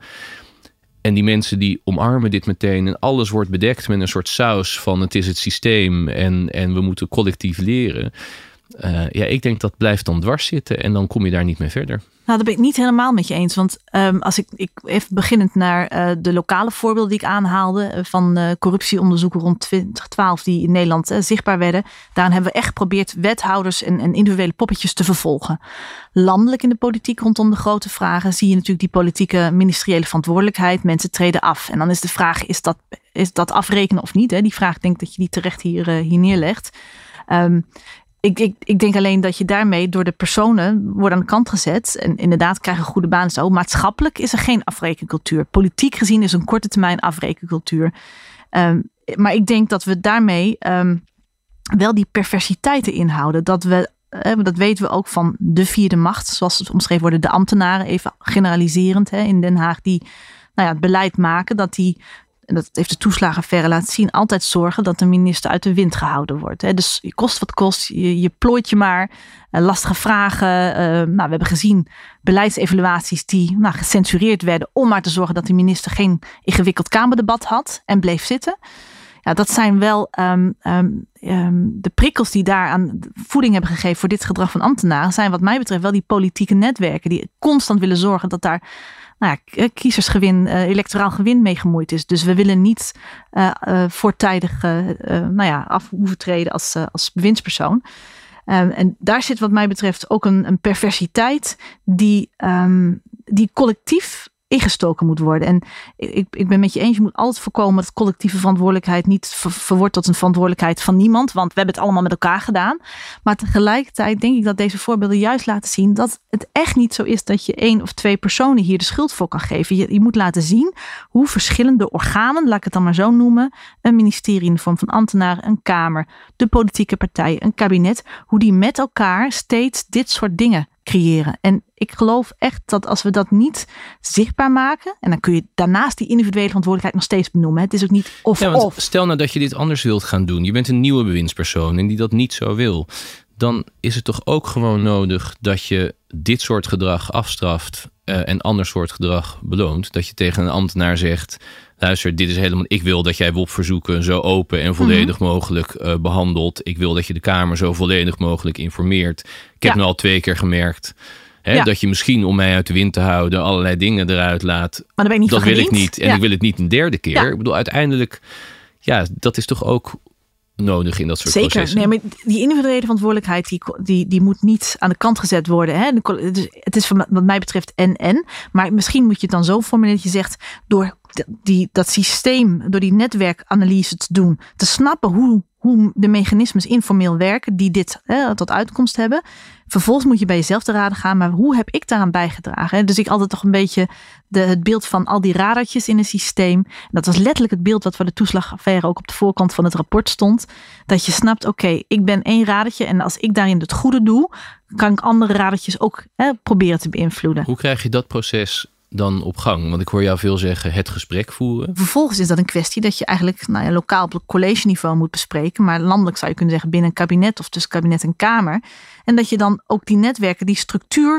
En die mensen die omarmen dit meteen en alles wordt bedekt met een soort saus van het is het systeem en, en we moeten collectief leren. Uh, ja, ik denk dat blijft dan dwars zitten en dan kom je daar niet meer verder. Nou, dat ben ik niet helemaal met je eens. Want um, als ik, ik even beginnend naar uh, de lokale voorbeelden die ik aanhaalde uh, van uh, corruptieonderzoeken rond twintig twaalf die in Nederland uh, zichtbaar werden. Daarin hebben we echt geprobeerd wethouders en, en individuele poppetjes te vervolgen. Landelijk in de politiek rondom de grote vragen zie je natuurlijk die politieke ministeriële verantwoordelijkheid. Mensen treden af. En dan is de vraag, is dat, is dat afrekenen of niet? Hè? Die vraag, denk ik dat je die terecht hier, uh, hier neerlegt. Um, Ik, ik, ik denk alleen dat je daarmee door de personen wordt aan de kant gezet. En inderdaad krijgen een goede baan zo. Maatschappelijk is er geen afrekencultuur. Politiek gezien is een korte termijn afrekencultuur. Um, maar ik denk dat we daarmee um, wel die perversiteiten inhouden. Dat we, uh, dat weten we ook van de vierde macht. Zoals het omschreven worden, de ambtenaren. Even generaliserend hè, in Den Haag. Die nou ja, het beleid maken. Dat die... En dat heeft de toeslagenaffaire laten zien, altijd zorgen dat de minister uit de wind gehouden wordt. Hè. Dus je kost wat kost, je, je plooit je maar, uh, lastige vragen. Uh, nou, we hebben gezien beleidsevaluaties die nou, gecensureerd werden om maar te zorgen dat de minister geen ingewikkeld kamerdebat had en bleef zitten. Ja, dat zijn wel um, um, um, de prikkels die daar aan voeding hebben gegeven voor dit gedrag van ambtenaren, zijn wat mij betreft wel die politieke netwerken die constant willen zorgen dat daar nou ja, kiezersgewin, uh, electoraal gewin mee gemoeid is. Dus we willen niet uh, uh, voortijdig uh, uh, nou ja, af hoeven treden als, uh, als bewindspersoon. Um, en daar zit wat mij betreft ook een, een perversiteit die, um, die collectief ingestoken moet worden. En ik, ik ben met je eens, je moet altijd voorkomen dat collectieve verantwoordelijkheid niet ver, verwordt tot een verantwoordelijkheid van niemand, want we hebben het allemaal met elkaar gedaan. Maar tegelijkertijd denk ik dat deze voorbeelden juist laten zien dat het echt niet zo is dat je één of twee personen hier de schuld voor kan geven. Je, je moet laten zien hoe verschillende organen, laat ik het dan maar zo noemen, een ministerie in de vorm van ambtenaren, een kamer, de politieke partijen, een kabinet, hoe die met elkaar steeds dit soort dingen creëren. En ik geloof echt dat als we dat niet zichtbaar maken, en dan kun je daarnaast die individuele verantwoordelijkheid nog steeds benoemen. Het is ook niet of ja, want of. Stel nou dat je dit anders wilt gaan doen. Je bent een nieuwe bewindspersoon en die dat niet zo wil. Dan is het toch ook gewoon nodig dat je dit soort gedrag afstraft uh, en ander soort gedrag beloont. Dat je tegen een ambtenaar zegt, luister, dit is helemaal, ik wil dat jij W O P-verzoeken zo open en volledig mm-hmm. mogelijk uh, behandelt. Ik wil dat je de Kamer zo volledig mogelijk informeert. Ik heb ja. nu al twee keer gemerkt hè, ja. dat je misschien om mij uit de wind te houden allerlei dingen eruit laat. Maar dan ben ik niet dat wil gediend. ik niet. En ja. ik wil het niet een derde keer. Ja. Ik bedoel, uiteindelijk, ja, dat is toch ook nodig in dat soort Zeker. processen. Nee, maar die individuele verantwoordelijkheid die, die, die moet niet aan de kant gezet worden. Hè? Dus het is wat mij betreft en-en. Maar misschien moet je het dan zo formuleren dat je zegt, door die, dat systeem, door die netwerkanalyse te doen, te snappen hoe, hoe de mechanismes informeel werken die dit hè, tot uitkomst hebben. Vervolgens moet je bij jezelf te raden gaan, maar hoe heb ik daaraan bijgedragen? Dus ik altijd toch een beetje de, het beeld van al die radertjes in een systeem. En dat was letterlijk het beeld wat voor de toeslagaffaire ook op de voorkant van het rapport stond. Dat je snapt, oké, okay, ik ben één radertje en als ik daarin het goede doe, kan ik andere radertjes ook hè, proberen te beïnvloeden. Hoe krijg je dat proces dan op gang? Want ik hoor jou veel zeggen, het gesprek voeren. Vervolgens is dat een kwestie dat je eigenlijk nou ja, lokaal op college niveau moet bespreken. Maar landelijk zou je kunnen zeggen binnen een kabinet of tussen kabinet en kamer. En dat je dan ook die netwerken, die structuur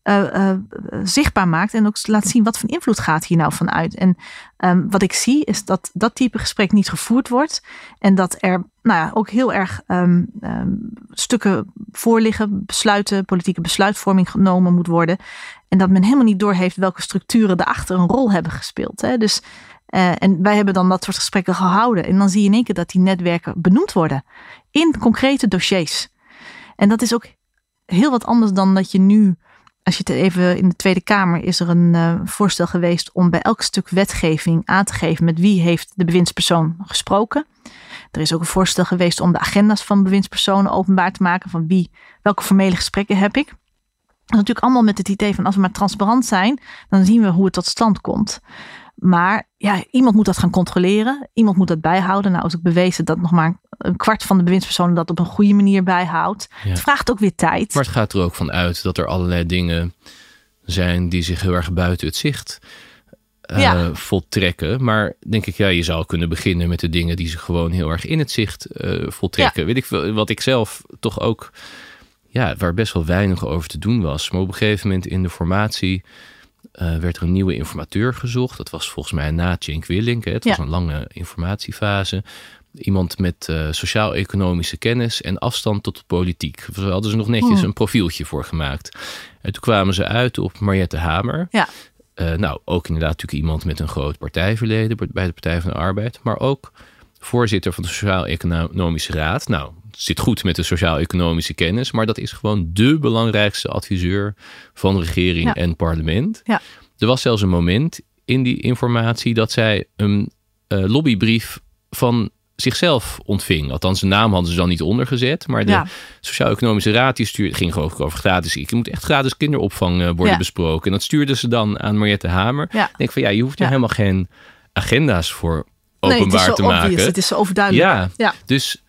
uh, uh, zichtbaar maakt. En ook laat zien wat voor invloed gaat hier nou van uit. En um, wat ik zie is dat dat type gesprek niet gevoerd wordt. En dat er nou ja, ook heel erg um, um, stukken voorliggen. Besluiten, politieke besluitvorming genomen moet worden. En dat men helemaal niet doorheeft welke structuren daarachter een rol hebben gespeeld. Hè? Dus, uh, en wij hebben dan dat soort gesprekken gehouden. En dan zie je in één keer dat die netwerken benoemd worden. In concrete dossiers. En dat is ook heel wat anders dan dat je nu, als je het even in de Tweede Kamer, is er een uh, voorstel geweest om bij elk stuk wetgeving aan te geven met wie heeft de bewindspersoon gesproken. Er is ook een voorstel geweest om de agenda's van bewindspersonen openbaar te maken. Van wie, welke formele gesprekken heb ik. Dat is natuurlijk allemaal met het idee van als we maar transparant zijn, dan zien we hoe het tot stand komt. Maar ja, iemand moet dat gaan controleren. Iemand moet dat bijhouden. Nou is ook bewezen dat nog maar een kwart van de bewindspersonen dat op een goede manier bijhoudt. Ja. Het vraagt ook weer tijd. Maar het gaat er ook van uit dat er allerlei dingen zijn die zich heel erg buiten het zicht uh, ja. voltrekken. Maar denk ik, ja, je zou kunnen beginnen met de dingen die zich gewoon heel erg in het zicht uh, voltrekken. Ja. Weet ik veel, wat ik zelf toch ook, ja, waar best wel weinig over te doen was. Maar op een gegeven moment in de formatie Uh, werd er een nieuwe informateur gezocht. Dat was volgens mij na Cenk Willink. Hè. Het ja. was een lange informatiefase. Iemand met uh, sociaal-economische kennis en afstand tot de politiek. Daar hadden ze nog netjes hmm. een profieltje voor gemaakt. En toen kwamen ze uit op Mariette Hamer. Ja. Uh, nou, ook inderdaad natuurlijk iemand met een groot partijverleden bij de Partij van de Arbeid. Maar ook voorzitter van de Sociaal-Economische Raad. Nou, het zit goed met de sociaal-economische kennis, maar dat is gewoon de belangrijkste adviseur van regering ja. en parlement. Ja. Er was zelfs een moment in die informatie dat zij een uh, lobbybrief van zichzelf ontving. Althans, de naam hadden ze dan niet ondergezet, maar de ja. Sociaal-Economische Raad die stuurde, ging geloof ik over gratis. Ik moet echt gratis kinderopvang uh, worden ja. besproken. En dat stuurde ze dan aan Mariette Hamer. Ja. Ik denk van ja, je hoeft er ja. helemaal geen agenda's voor openbaar nee, het is zo te obvious, maken. Het is zo overduidelijk. Ja, ja. dus.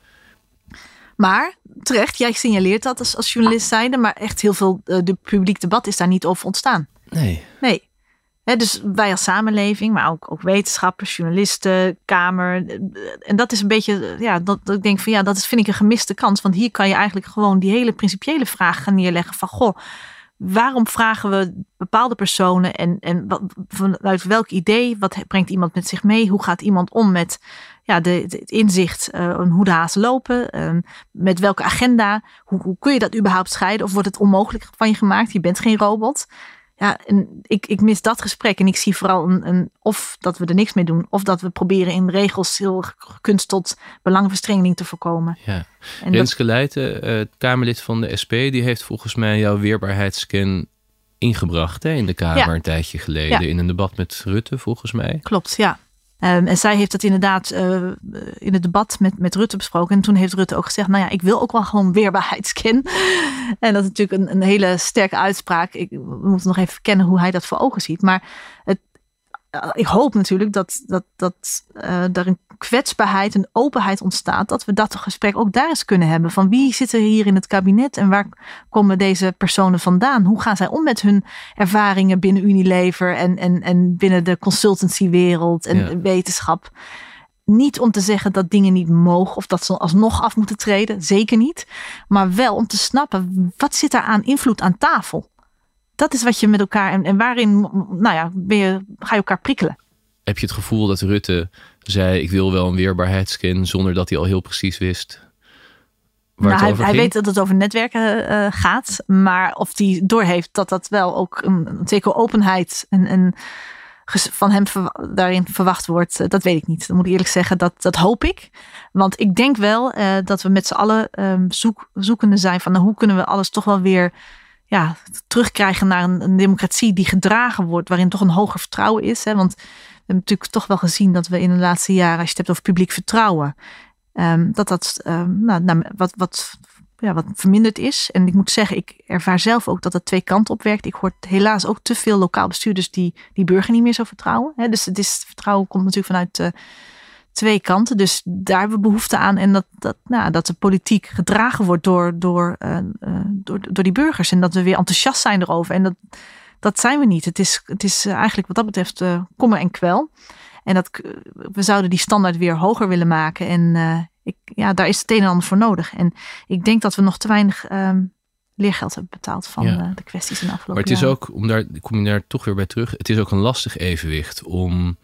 Maar terecht, jij signaleert dat als, als journalist zijnde, maar echt heel veel uh, de publiek debat is daar niet over ontstaan. Nee. Nee. He, dus wij als samenleving, maar ook, ook wetenschappers, journalisten, Kamer. En dat is een beetje, ja, dat, dat ik denk van ja, dat is, vind ik een gemiste kans. Want hier kan je eigenlijk gewoon die hele principiële vraag gaan neerleggen van goh, waarom vragen we bepaalde personen en, en wat, vanuit welk idee, wat brengt iemand met zich mee? Hoe gaat iemand om met ja, de, de, het inzicht, uh, hoe de hazen lopen? Um, met welke agenda? Hoe, hoe kun je dat überhaupt scheiden? Of wordt het onmogelijk van je gemaakt? Je bent geen robot. Ja, en ik, ik mis dat gesprek en ik zie vooral een, een of dat we er niks mee doen, of dat we proberen in regels heel gekunsteld belangenverstrengeling te voorkomen. Ja. Renske Leijten, uh, Kamerlid van de S P, die heeft volgens mij jouw weerbaarheidsscan ingebracht hè, in de Kamer ja. een tijdje geleden ja. in een debat met Rutte volgens mij. Klopt, ja. Um, en zij heeft dat inderdaad uh, in het debat met, met Rutte besproken. En toen heeft Rutte ook gezegd, nou ja, ik wil ook wel gewoon weerbaarheidsscan. En dat is natuurlijk een, een hele sterke uitspraak. Ik, we moeten nog even kennen hoe hij dat voor ogen ziet. Maar het, uh, ik hoop natuurlijk dat, dat, dat uh, er een kwetsbaarheid, een openheid ontstaat. Dat we dat gesprek ook daar eens kunnen hebben. Van wie zitten hier in het kabinet en waar komen deze personen vandaan? Hoe gaan zij om met hun ervaringen binnen Unilever en, en, en binnen de consultancywereld en ja. wetenschap? Niet om te zeggen dat dingen niet mogen of dat ze alsnog af moeten treden. Zeker niet. Maar wel om te snappen, wat zit daar aan invloed aan tafel? Dat is wat je met elkaar, en, en waarin nou ja, ben je, ga je elkaar prikkelen. Heb je het gevoel dat Rutte zei, ik wil wel een weerbaarheidsscan, zonder dat hij al heel precies wist waar nou, het over hij, ging? hij weet dat het over netwerken uh, gaat, maar of hij doorheeft dat dat wel ook een, een zeker openheid en, en van hem ver, daarin verwacht wordt, uh, dat weet ik niet. Dan moet ik eerlijk zeggen, dat, dat hoop ik. Want ik denk wel uh, dat we met z'n allen um, zoek, zoekende zijn van nou, hoe kunnen we alles toch wel weer ja, terugkrijgen naar een, een democratie die gedragen wordt, waarin toch een hoger vertrouwen is. Hè? Want we hebben natuurlijk toch wel gezien dat we in de laatste jaren, als je het hebt over publiek vertrouwen, um, dat dat um, nou, nou, wat, wat, ja, wat verminderd is. En ik moet zeggen, ik ervaar zelf ook dat dat twee kanten op werkt. Ik hoor helaas ook te veel lokaal bestuurders die die burger niet meer zo vertrouwen. Hè? Dus het is, vertrouwen komt natuurlijk vanuit uh, twee kanten. Dus daar hebben we behoefte aan. En dat, dat, nou, dat de politiek gedragen wordt door, door, uh, uh, door, door die burgers. En dat we weer enthousiast zijn erover. En dat, dat zijn we niet. Het is, het is eigenlijk wat dat betreft uh, kommer en kwel. En dat, uh, we zouden die standaard weer hoger willen maken. En uh, ik, ja, daar is het een en ander voor nodig. En ik denk dat we nog te weinig um, leergeld hebben betaald van ja. uh, de kwesties in de afgelopen Maar het is jaren. ook, om daar kom je daar toch weer bij terug, het is ook een lastig evenwicht om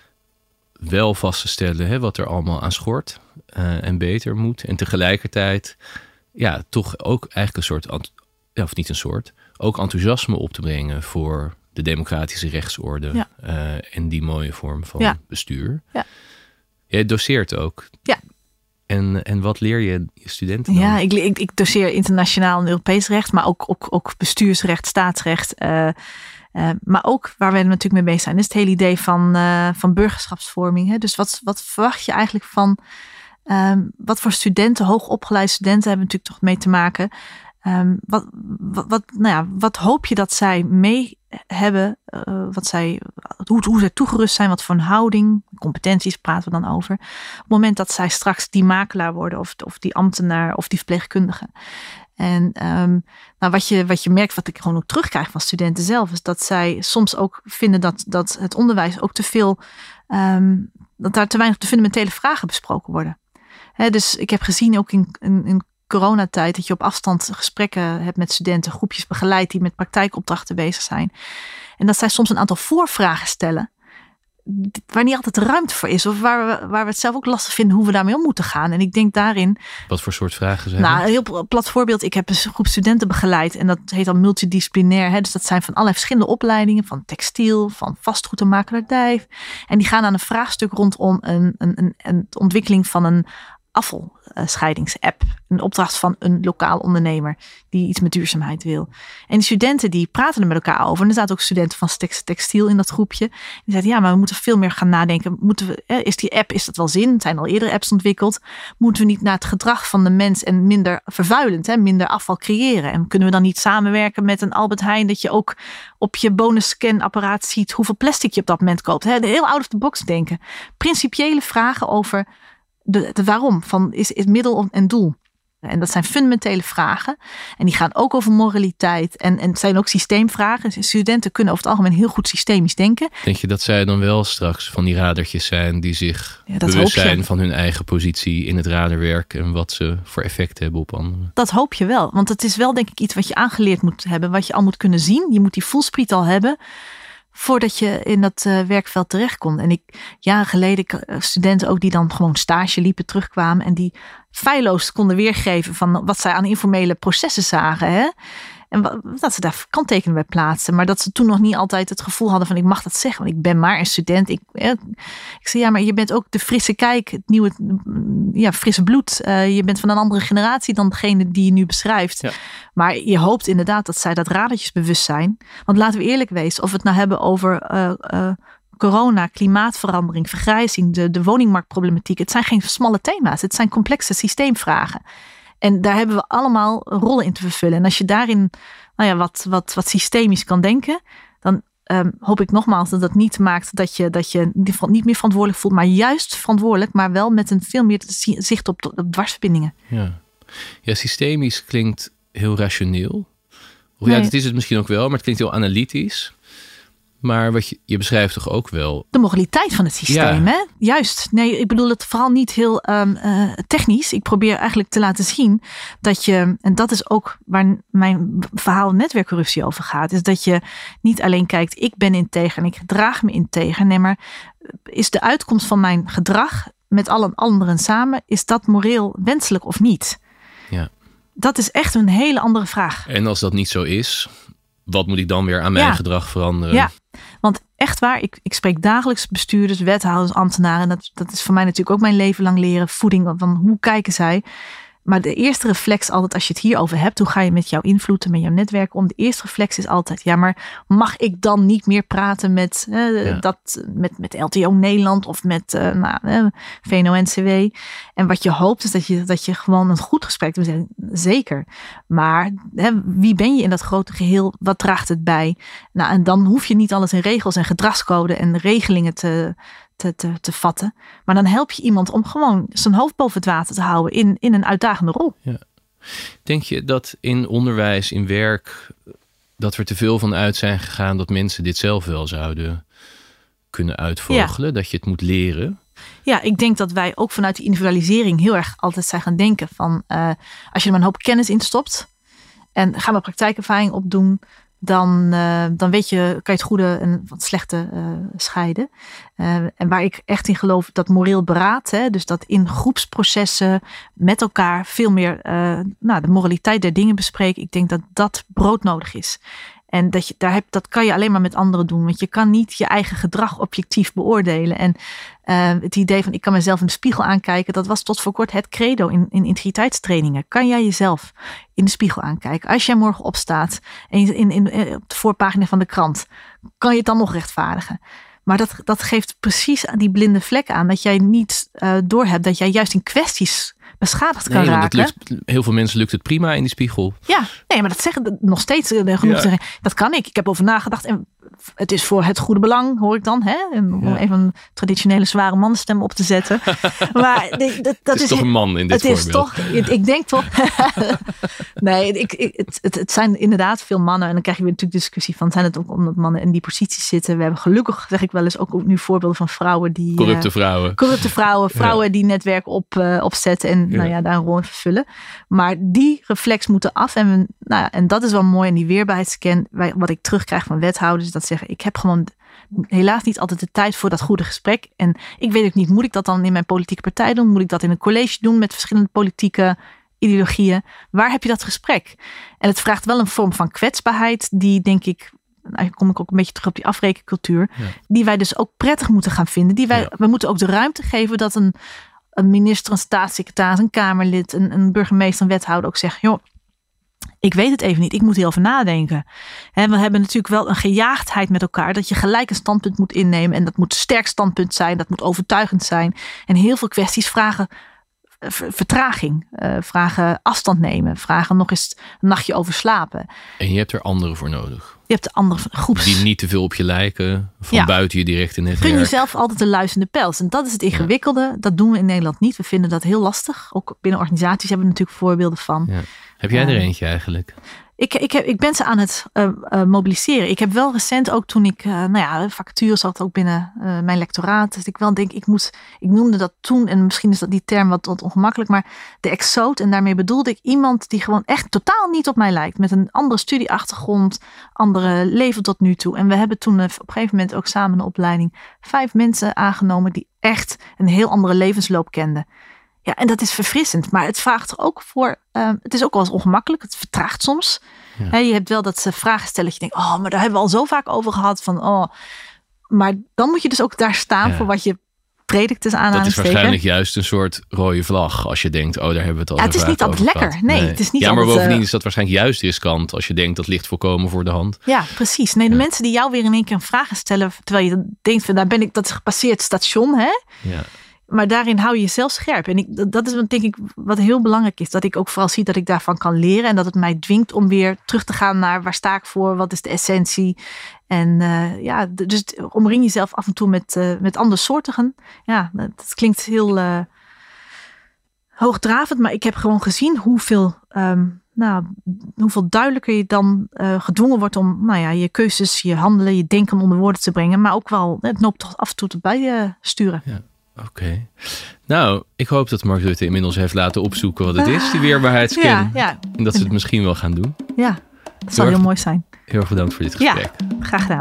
wel vast te stellen hè, wat er allemaal aan schort uh, en beter moet. En tegelijkertijd ja, toch ook eigenlijk een soort, ja, of niet een soort, ook enthousiasme op te brengen voor de democratische rechtsorde ja. uh, en die mooie vorm van ja. bestuur. Ja. Jij doseert ook. Ja. En, en wat leer je je studenten dan? Ja, ik, ik, ik doseer internationaal en Europees recht, maar ook, ook, ook bestuursrecht, staatsrecht. Uh, uh, maar ook waar we natuurlijk mee bezig zijn, is het hele idee van, uh, van burgerschapsvorming. Hè? Dus wat, wat verwacht je eigenlijk van, um, wat voor studenten, hoogopgeleide studenten hebben natuurlijk toch mee te maken. Um, wat, wat, wat, nou ja, wat hoop je dat zij mee hebben, uh, wat zij, hoe, hoe zij toegerust zijn, wat voor een houding, competenties praten we dan over. Op het moment dat zij straks die makelaar worden of, of die ambtenaar of die verpleegkundige. En um, nou, wat, je, wat je merkt, wat ik gewoon ook terugkrijg van studenten zelf, is dat zij soms ook vinden dat, dat het onderwijs ook te veel, um, dat daar te weinig de fundamentele vragen besproken worden. He, dus ik heb gezien ook in, in, in coronatijd dat je op afstand gesprekken hebt met studenten, groepjes begeleid die met praktijkopdrachten bezig zijn. En dat zij soms een aantal voorvragen stellen waar niet altijd ruimte voor is. Of waar we, waar we het zelf ook lastig vinden hoe we daarmee om moeten gaan. En ik denk daarin... Wat voor soort vragen zijn Nou, dat? een heel plat voorbeeld. Ik heb een groep studenten begeleid. En dat heet dan multidisciplinair. Hè? Dus dat zijn van allerlei verschillende opleidingen. Van textiel, van vastgoed en makelaardij. En die gaan aan een vraagstuk rondom een, een, een, een ontwikkeling van een afvalscheidingsapp. Een opdracht van een lokaal ondernemer die iets met duurzaamheid wil. En die studenten die praten er met elkaar over. En er zaten ook studenten van textiel in dat groepje. Die zeiden ja, maar we moeten veel meer gaan nadenken. Moeten we, is die app, is dat wel zin? Er zijn al eerder apps ontwikkeld. Moeten we niet naar het gedrag van de mens en minder vervuilend, hè, minder afval creëren? En kunnen we dan niet samenwerken met een Albert Heijn dat je ook op je bonusscanapparaat ziet hoeveel plastic je op dat moment koopt? Hè? Heel out of the box denken. Principiële vragen over De, de waarom van is, is middel en doel. En dat zijn fundamentele vragen. En die gaan ook over moraliteit. En, en het zijn ook systeemvragen. Studenten kunnen over het algemeen heel goed systemisch denken. Denk je dat zij dan wel straks van die radertjes zijn die zich ja, bewust zijn van hun eigen positie in het raderwerk en wat ze voor effect hebben op anderen? Dat hoop je wel. Want het is wel denk ik iets wat je aangeleerd moet hebben. Wat je al moet kunnen zien. Je moet die voelspriet al hebben voordat je in dat uh, werkveld terechtkomt. En ik, jaren geleden, studenten ook die dan gewoon stage liepen, terugkwamen en die feilloos konden weergeven van wat zij aan informele processen zagen. Hè? En dat ze daar kanttekenen bij plaatsen. Maar dat ze toen nog niet altijd het gevoel hadden van ik mag dat zeggen. Want ik ben maar een student. Ik, eh, ik zei ja, maar je bent ook de frisse kijk. Het nieuwe, ja, frisse bloed. Uh, je bent van een andere generatie dan degene die je nu beschrijft. Ja. Maar je hoopt inderdaad dat zij dat radertjesbewustzijn. Want laten we eerlijk wezen. Of we het nou hebben over uh, uh, corona, klimaatverandering, vergrijzing. De, de woningmarktproblematiek. Het zijn geen smalle thema's. Het zijn complexe systeemvragen. En daar hebben we allemaal rollen in te vervullen. En als je daarin nou ja, wat, wat, wat systemisch kan denken, dan um, hoop ik nogmaals dat dat niet maakt dat je, dat je niet meer verantwoordelijk voelt, maar juist verantwoordelijk, maar wel met een veel meer zicht op, op dwarsverbindingen. Ja. ja, systemisch klinkt heel rationeel. Of nee. Ja, dat is het misschien ook wel, maar het klinkt heel analytisch. Maar wat je, je beschrijft toch ook wel de moraliteit van het systeem, ja. Hè? Juist. Nee, ik bedoel het vooral niet heel um, uh, technisch. Ik probeer eigenlijk te laten zien dat je, en dat is ook waar mijn verhaal netwerkcorruptie over gaat, is dat je niet alleen kijkt, ik ben integer en ik gedraag me integer. Nee, maar is de uitkomst van mijn gedrag met allen anderen samen, is dat moreel wenselijk of niet? Ja. Dat is echt een hele andere vraag. En als dat niet zo is, wat moet ik dan weer aan mijn ja. gedrag veranderen? Ja, want echt waar, ik, ik spreek dagelijks bestuurders, wethouders, ambtenaren. Dat, dat is voor mij natuurlijk ook mijn leven lang leren. Voeding, van hoe kijken zij? Maar de eerste reflex altijd als je het hierover hebt, hoe ga je met jouw invloed en met jouw netwerk om? De eerste reflex is altijd, ja, maar mag ik dan niet meer praten met, uh, ja. dat, met, met L T O Nederland of met uh, nou, uh, V N O N C W? En wat je hoopt is dat je, dat je gewoon een goed gesprek doet. Zeker. Maar hè, wie ben je in dat grote geheel? Wat draagt het bij? Nou, en dan hoef je niet alles in regels en gedragscode en regelingen te... Te, te, te vatten. Maar dan help je iemand om gewoon zijn hoofd boven het water te houden in, in een uitdagende rol. Ja. Denk je dat in onderwijs, in werk, dat we er te veel van uit zijn gegaan dat mensen dit zelf wel zouden kunnen uitvogelen? Ja. Dat je het moet leren? Ja, ik denk dat wij ook vanuit die individualisering heel erg altijd zijn gaan denken van uh, als je er maar een hoop kennis in stopt En ga maar praktijkervaring opdoen. Dan, uh, dan weet je, kan je het goede en het slechte uh, scheiden. Uh, en waar ik echt in geloof, dat moreel beraad. Hè, dus dat in groepsprocessen met elkaar veel meer uh, nou, de moraliteit der dingen bespreken. Ik denk dat dat broodnodig is. En dat, je, daar heb, dat kan je alleen maar met anderen doen. Want je kan niet je eigen gedrag objectief beoordelen. En uh, het idee van ik kan mezelf in de spiegel aankijken. Dat was tot voor kort het credo in, in integriteitstrainingen. Kan jij jezelf in de spiegel aankijken? Als jij morgen opstaat en in, in, in, op de voorpagina van de krant. Kan je het dan nog rechtvaardigen? Maar dat, dat geeft precies die blinde vlek aan. Dat jij niet uh, doorhebt dat jij juist in kwesties beschadigd kan nee, raken. Het lukt, heel veel mensen lukt het prima in die spiegel. Ja, nee, maar dat zeggen nog steeds uh, genoeg. Ja. Zeggen, dat kan ik. Ik heb over nagedacht. En het is voor het goede belang, hoor ik dan. Hè? En om ja. even een traditionele zware mannenstem op te zetten. Maar de, dat, dat het is, is toch een man in dit het voorbeeld. Is toch, ik, ik denk toch. nee, ik, ik, het, het, het zijn inderdaad veel mannen. En dan krijg je weer natuurlijk discussie van. Zijn het ook omdat mannen in die posities zitten? We hebben gelukkig, zeg ik wel eens, ook nu voorbeelden van vrouwen die. Corrupte uh, vrouwen. Corrupte vrouwen. Vrouwen ja. die netwerk op, uh, opzetten. En ja. nou ja, daar een rol in vervullen. Maar die reflex moeten af. En, we, nou ja, en dat is wel mooi. En die weerbaarheidscan, wat ik terugkrijg van wethouders. Dat zeggen, ik heb gewoon helaas niet altijd de tijd voor dat goede gesprek. En ik weet ook niet, moet ik dat dan in mijn politieke partij doen? Moet ik dat in een college doen met verschillende politieke ideologieën? Waar heb je dat gesprek? En het vraagt wel een vorm van kwetsbaarheid die, denk ik, nou kom ik ook een beetje terug op die afrekencultuur, ja. die wij dus ook prettig moeten gaan vinden. Die wij, ja. We moeten ook de ruimte geven dat een, een minister, een staatssecretaris, een kamerlid, een, een burgemeester, een wethouder ook zegt, joh, ik weet het even niet. Ik moet hier over nadenken. He, we hebben natuurlijk wel een gejaagdheid met elkaar. Dat je gelijk een standpunt moet innemen. En dat moet een sterk standpunt zijn. Dat moet overtuigend zijn. En heel veel kwesties vragen vertraging. Uh, vragen afstand nemen. Vragen nog eens een nachtje over slapen. En je hebt er anderen voor nodig. Je hebt de andere groeps. Die niet te veel op je lijken. Van ja. buiten je directe netwerk. Gun jezelf altijd een luisterende pels. En dat is het ingewikkelde. Ja. Dat doen we in Nederland niet. We vinden dat heel lastig. Ook binnen organisaties hebben we natuurlijk voorbeelden van. Ja. Heb jij er eentje eigenlijk? Ik, ik, heb, ik ben ze aan het uh, uh, mobiliseren. Ik heb wel recent ook toen ik, uh, nou ja, vacatures had ook binnen uh, mijn lectoraat. Dus ik wel denk, ik moet, ik noemde dat toen, en misschien is dat die term wat, wat ongemakkelijk, maar de exoot. En daarmee bedoelde ik iemand die gewoon echt totaal niet op mij lijkt. Met een andere studieachtergrond, andere leven tot nu toe. En we hebben toen uh, op een gegeven moment ook samen een opleiding vijf mensen aangenomen die echt een heel andere levensloop kenden. Ja, en dat is verfrissend. Maar het vraagt er ook voor. Uh, het is ook wel eens ongemakkelijk. Het vertraagt soms. Ja. He, je hebt wel dat vragen stellen. Dat je denkt, oh, maar daar hebben we al zo vaak over gehad. Van, oh. Maar dan moet je dus ook daar staan ja. voor wat je predikt. Dus aan dat is waarschijnlijk juist een soort rode vlag. Als je denkt, oh, daar hebben we het al ja, het is niet altijd lekker. Nee, nee, het is niet ja, maar altijd, bovendien uh, is dat waarschijnlijk juist riskant. Als je denkt, dat ligt volkomen voor de hand. Ja, precies. Nee, de ja. mensen die jou weer in één keer vragen stellen. Terwijl je denkt, van, daar ben ik, dat is gepasseerd station. Hè? Ja. Maar daarin hou je jezelf scherp. En ik, dat is denk ik wat heel belangrijk is. Dat ik ook vooral zie dat ik daarvan kan leren. En dat het mij dwingt om weer terug te gaan naar waar sta ik voor? Wat is de essentie? En uh, ja, dus omring jezelf af en toe met, uh, met andersoortigen. Ja, dat klinkt heel uh, hoogdravend. Maar ik heb gewoon gezien hoeveel, um, nou, hoeveel duidelijker je dan uh, gedwongen wordt om nou ja, je keuzes, je handelen, je denken onder woorden te brengen. Maar ook wel, het noopt toch af en toe erbij uh, sturen. Ja. Oké. Okay. Nou, ik hoop dat Mark Rutte inmiddels heeft laten opzoeken wat het is, die weerbaarheidscan. Ja, ja. En dat ze het misschien wel gaan doen. Ja, dat zou heel, heel mooi zijn. Heel erg bedankt voor dit gesprek. Ja, graag gedaan.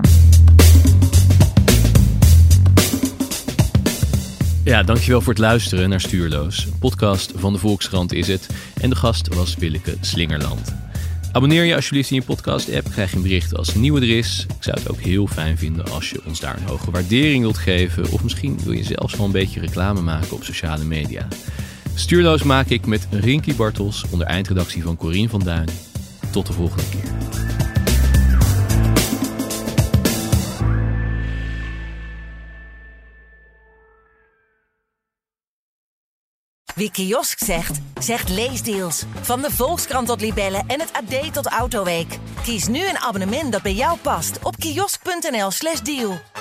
Ja, dankjewel voor het luisteren naar Stuurloos. Een podcast van de Volkskrant is het. En de gast was Willeke Slingerland. Abonneer je alsjeblieft in je podcast-app. Krijg je een bericht als een nieuwe er is. Ik zou het ook heel fijn vinden als je ons daar een hoge waardering wilt geven. Of misschien wil je zelfs wel een beetje reclame maken op sociale media. Stuurloos maak ik met Rinky Bartels onder eindredactie van Corien van Duin. Tot de volgende keer. Wie kiosk zegt, zegt leesdeals. Van de Volkskrant tot Libellen en het A D tot Autoweek. Kies nu een abonnement dat bij jou past op kiosk punt n l slash deal.